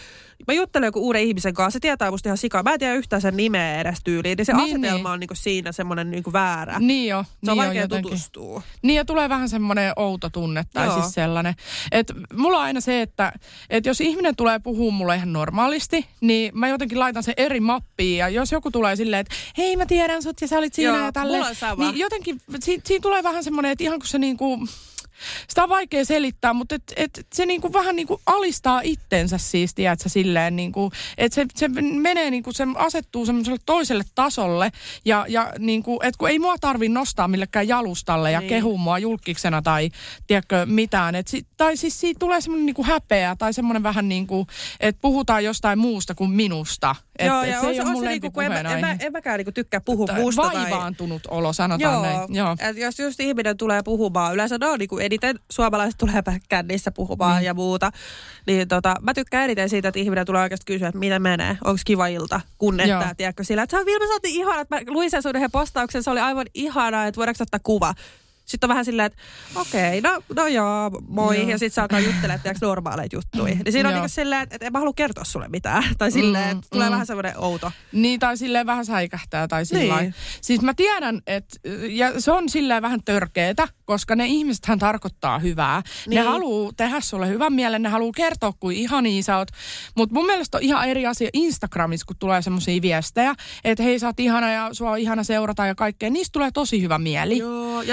mä juttelen joku uuden ihmisen kanssa, se tietää musta ihan sikaa. Mä en tiedä yhtään sen nimeä edes tyyliin, niin se asetelma on niinku siinä semmoinen niinku väärä. Niin jo. Se on vaikea tutustua. Niin ja tulee vähän semmoinen outo tunne tai siis sellainen. Että mulla on aina se, että jos ihminen tulee puhua mulle ihan normaalisti, niin mä jotenkin laitan sen eri mappiin. Ja jos joku tulee silleen, että hei mä tiedän sut ja sä olit siinä ja tälleen. Niin jotenkin siinä tulee vähän semmoinen, että ihan kun se niinku... Sitä on vaikea selittää, mutta se niinku vähän niinku alistaa itsensä siis, tiedätkö, silleen niinku, että se menee niinku, se asettuu semmoiselle toiselle tasolle ja niinku, että kun ei mua tarvi nostaa millekään jalustalle ja kehua mua julkiksena tai tiedätkö mitään, tai siis siitä tulee semmoinen niinku häpeä tai semmoinen vähän niinku, että puhutaan jostain muusta kuin minusta. Joo, ja se ei ole mun lempipuheenaihe. En mäkään niinku tykkää puhua muusta. Vaivaantunut olo, sanotaan näin. Joo, että jos just ihminen tulee puhumaan, yleensä ne on niinku eniten suomalaiset tulee kännissä puhumaan ja muuta, niin mä tykkään eniten siitä, että ihminen tulee oikeasti kysyä, että miten menee, onko kiva ilta, kun että, tiedätkö, sillä, että Vilma, sä oot niin ihana, että mä luin sen sun yhden postauksen, se oli aivan ihanaa, että voidaanko ottaa kuva. Sitten on vähän silleen, että okei, no joo, moi. Joo. Ja sitten sä alkaa juttelemaan, että normaaleita juttuja. Niin siinä on niin kuin silleen, että en mä halua kertoa sulle mitään. Tai silleen, että tulee vähän semmoinen outo. Niin, tai silleen vähän säikähtää tai sillain. Niin. Siis mä tiedän, että ja se on silleen vähän törkeetä, koska ne ihmisethän tarkoittaa hyvää. Niin. Ne haluaa tehdä sulle hyvän mielen, ne haluaa kertoa, kuin ihania sä oot. Mutta mun mielestä on ihan eri asia Instagramissa, kun tulee semmoisia viestejä, että hei, sä oot ihana ja sua on ihana seurata ja kaikkea. Niistä tulee tosi hyvä mieli. Joo, ja siis sä oot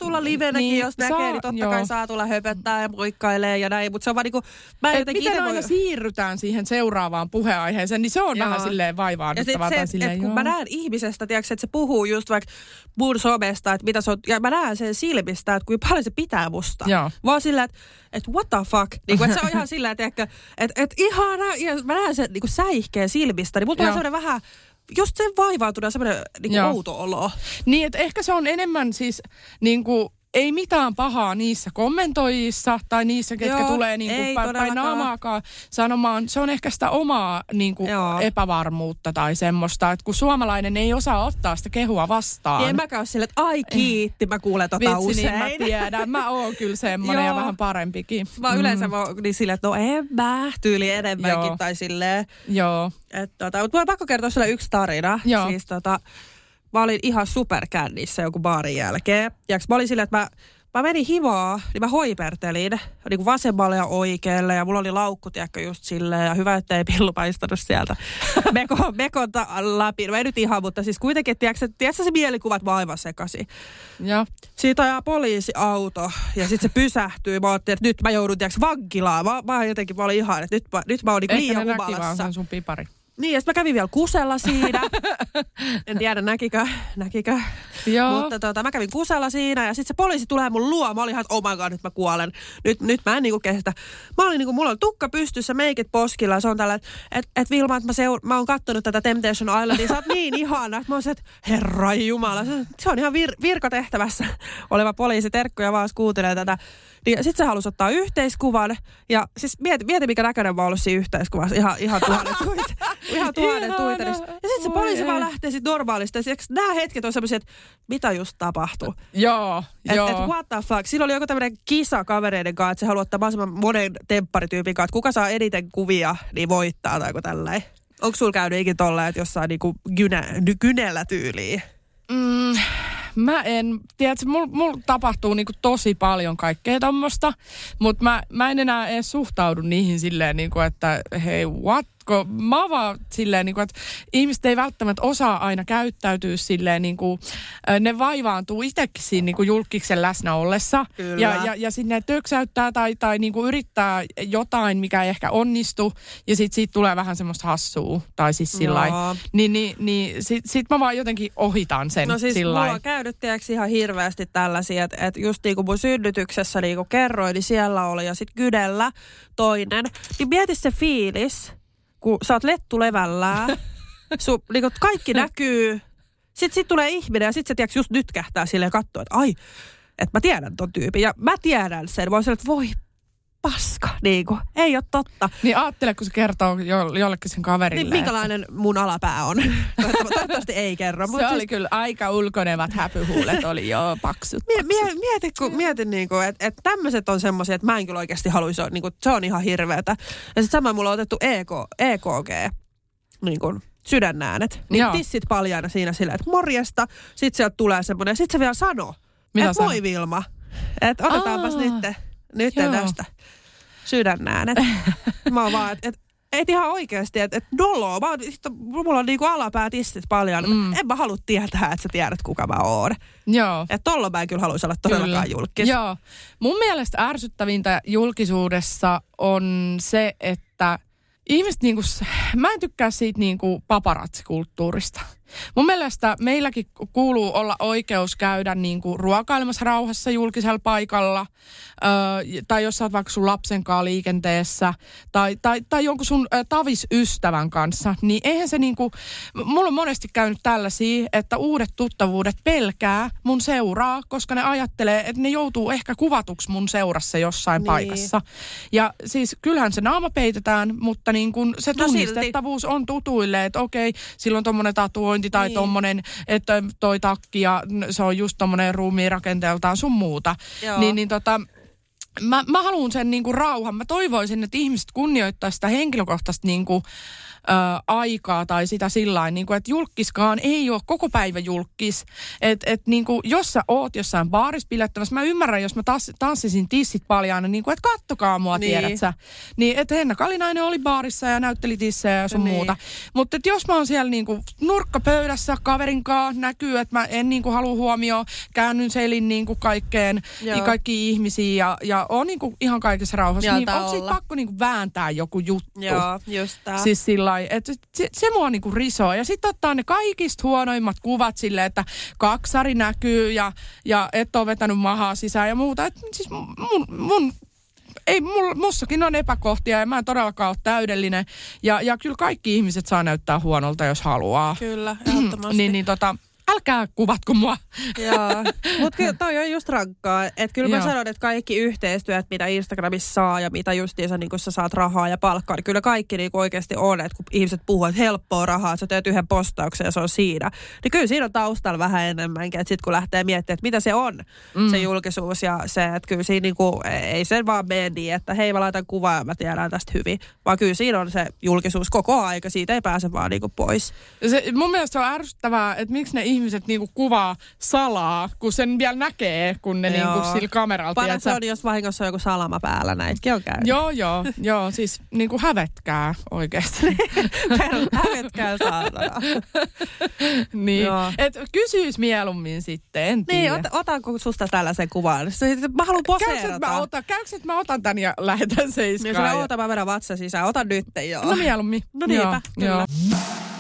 tulla livenäkin, jos näkee, niin totta kai saa tulla höpöttää ja moikkailee ja näin. Mutta se on vaan niinku, miten aina siirrytään siihen seuraavaan puheenaiheeseen, niin se on vähän silleen vaivaannuttavaa. Ja sitten kun mä näen ihmisestä, tiedätkö, että se puhuu just vaikka mun somesta, että mitä se on, ja mä näen sen silmistä, että kuinka paljon se pitää musta. Joo. Vaan silleen, että what the fuck? Niin kuin, että se on ihan silleen, että ihana, ja mä näen sen niin säihkeen silmistä, niin mulla tulee sellainen vähän, just sen vaivautunut sellainen niin outo olo. Niin, että ehkä se on enemmän siis niin kuin, ei mitään pahaa niissä kommentoijissa tai niissä, ketkä tulee niin kuin päin naamaakaan sanomaan. Se on ehkä sitä omaa niin kuin epävarmuutta tai semmoista, että kun suomalainen ei osaa ottaa sitä kehua vastaan. Niin en mäkään ole silleen, että ai kiitti, mä kuulen usein. Niin mä tiedän. Mä oon kyllä semmoinen ja vähän parempikin. Mä yleensä niin silleen, että no en mä, tyyli enemmänkin tai silleen. Joo. Mutta mulla on pakko kertoa sulle yksi tarina. Joo. Siis mä olin ihan superkännissä joku baarin jälkeen. Ja mä olin silleen, että mä menin himaa, niin mä hoipertelin niin kuin vasemmalle ja oikealle. Ja mulla oli laukku, tiedätkö, just silleen. Ja hyvä, ettei pillu paistanut sieltä mekon läpi. No ei nyt ihan, mutta siis kuitenkin, tiedätkö se mielikuvat vaan aivan sekaisin. Ja. Siitä ajaa poliisiauto ja sitten se pysähtyy. Mä ajattelin, että nyt mä joudun, tiedätkö, vankilaan. Mä olin ihan, että nyt mä oon niin liian humalassa. Ehkä ne näki vaan, se on sun pipari. Niin, ja sitten mä kävin vielä kusella siinä. En tiedä, näkikö. Joo. Mutta mä kävin kusella siinä, ja sitten se poliisi tulee mun luo. Mä olin ihan, että oh my god, nyt mä kuolen. Nyt mä en niinku kestä. Mä olin niinku, mulla on tukka pystyssä, meikit poskilla, ja se on tällä, että Vilma, että mä oon kattonut tätä Temptation Islandia, sä oot niin ihana. Mä oon se, että herra jumala, se on ihan virkatehtävässä oleva poliisi, terkkuja vaan kuuntelee tätä. Niin sitten se halusi ottaa yhteiskuvan, ja siis mieti mikä näköinen mä oon ollut siinä yhteiskuvassa, ihan tuhannen Twitterissä. Ja sitten se poliisi vaan lähtee sit normaalisti, ja nämä hetket on semmoisia, että mitä just tapahtui. Joo. Että what the fuck. Siinä oli joku tämmöinen kisa kavereiden kanssa, että se haluaa ottaa mahdollisimman monen tempparityypin kanssa, että kuka saa eniten kuvia, niin voittaa tai joku tälleen. Onko sulla käynyt ikin tolleen, että jossain niinku kynellä tyyliin? Mä en, tiedätkö, mulla tapahtuu niinku tosi paljon kaikkea tommosta, mutta mä en enää edes suhtaudu niihin silleen, niinku, että hei, what? Mä oon vaan silleen, niinku, että ihmiset ei välttämättä osaa aina käyttäytyä silleen, niinku, ne vaivaantuu itsekin siinä niinku julkiksen läsnä ollessa. Ja sitten ne töksäyttää tai niinku yrittää jotain, mikä ei ehkä onnistu, ja sitten siitä tulee vähän semmoista hassua, tai siis sillain. Niin sit mä vaan jotenkin ohitan sen. No siis mulla on käynyt tiedäksi ihan hirveästi tällaisia, että just niinku mun synnytyksessä niinku kerroin, niin siellä oli, ja sitten Kydellä toinen. Niin mieti se fiilis, kun sä oot lettulevällään, niinku kaikki näkyy, sit tulee ihminen ja sit se tiiäks just nytkähtää silleen kattoo, että ai, että mä tiedän ton tyypin ja mä tiedän sen. Voi sanoa, että voi paska, niinku, ei ole totta. Niin ajattele, kun se kertoo jollekin sen kaverille. Niin minkälainen mun alapää on. Toivottavasti ei kerro. Se oli kyllä aika ulkonevat häpyhuulet, oli jo paksut. Mietin niinku, että tämmöiset on semmoisia, että mä en kyllä oikeasti haluaisi, niinku, se on ihan hirveetä. Ja sitten sama mulla on otettu EKG, niinku sydänäänet. Niin tissit paljaana siinä silleen, että morjesta. Sitten sieltä tulee semmoinen, ja sitten se vielä sanoo, että moi Vilma, että otetaanpas nyt tästä sydänäänet. Mä oon vaan, että et ihan oikeasti, että noloa. Mulla on niinku alapäätistit paljon. En mä halua tietää, että sä tiedät, kuka mä oon. Joo. Että tolla mä en kyllä haluaisi olla todellakaan julkis. Joo. Mun mielestä ärsyttävintä julkisuudessa on se, että ihmiset niinku, mä en tykkää siitä niinku paparazzi-kulttuurista. Mun mielestä meilläkin kuuluu olla oikeus käydä niinku ruokailemassa rauhassa julkisella paikalla, tai jos sä oot vaikka sun lapsen kanssa liikenteessä, tai jonkun sun tavisystävän kanssa, niin eihän se niinku, mulla on monesti käynyt tällaisia, että uudet tuttavuudet pelkää mun seuraa, koska ne ajattelee, että ne joutuu ehkä kuvatuksi mun seurassa jossain paikassa. Ja siis kyllähän se naama peitetään, mutta niin kun se tunnistettavuus on tutuille, että okei, silloin tommonen tatuointi tai tommonen, että toi takki ja se on just tommonen ruumiin rakenteeltaan sun muuta. mä haluan sen niinku rauhan. Mä toivoisin, että ihmiset kunnioittaisivat sitä henkilökohtaista niinku aikaa tai sitä sillain, niin että julkkiskaan ei ole koko päivä julkkis. Että niin jos sä oot jossain baarissa bilettämässä, mä ymmärrän, jos mä tanssisin tissit paljaana, niin että kattokaa mua, tiedät sä. Niin, että Henna Kalinainen oli baarissa ja näytteli tissejä ja sun muuta. Mutta jos mä oon siellä niin nurkkapöydässä kaverin kanssa, näkyy, että mä en niin halua huomioon, käännyn selin niin kaikkeen, kaikkiin ihmisiin ja on niin ihan kaikessa rauhassa, niin onko siitä pakko niin vääntää joku juttu? Joo, just tää. Siis että se mua niinku risoo. Ja sitten ottaa ne kaikista huonoimmat kuvat silleen, että kaksari näkyy ja et ole vetänyt mahaa sisään ja muuta. Et siis mussakin on epäkohtia ja mä en todellakaan ole täydellinen. Ja kyllä kaikki ihmiset saa näyttää huonolta, jos haluaa. Kyllä, ehdottomasti. Älkää kuvatko mua. Joo, mutta kyllä toi on just rankkaa. Että kyllä mä sanon, että kaikki yhteistyöt, mitä Instagramissa saa ja mitä justiinsa niin kun sä saat rahaa ja palkkaa, niin kyllä kaikki niin oikeasti on. Että kun ihmiset puhuu, että helppoa rahaa, että sä teet yhden postauksen ja se on siinä. Niin kyllä siinä on taustalla vähän enemmänkin. Että sitten kun lähtee miettimään, että mitä se on, se julkisuus ja se, että kyllä siinä niin kuin, ei se vaan mene niin, että hei mä laitan kuvaa ja mä tiedän tästä hyvin. Vaan kyllä siinä on se julkisuus koko aika, siitä ei pääse vaan niin kuin pois. Mun mielestä se on ärsyttävää, että miksi ne ihmiset niinku kuvaa salaa, kun sen vielä näkee, kun ne niinku sillä kameralla. Paras on, jos vahingossa on joku salama päällä, näitäkin on käynyt. Joo, siis niinku hävetkää oikeasti. Hävetkää saatana. Niin, et kysyis mieluummin sitten, en tiedä. Niin, otanko susta tällaisen kuvan? Mä haluan poseerata. Käykö, että mä otan tän ja lähetän seiskaan? Jos mä otan, mä vedän vatsa sisään. Otan nyt jo. No mieluummin. No niinpä, kyllä.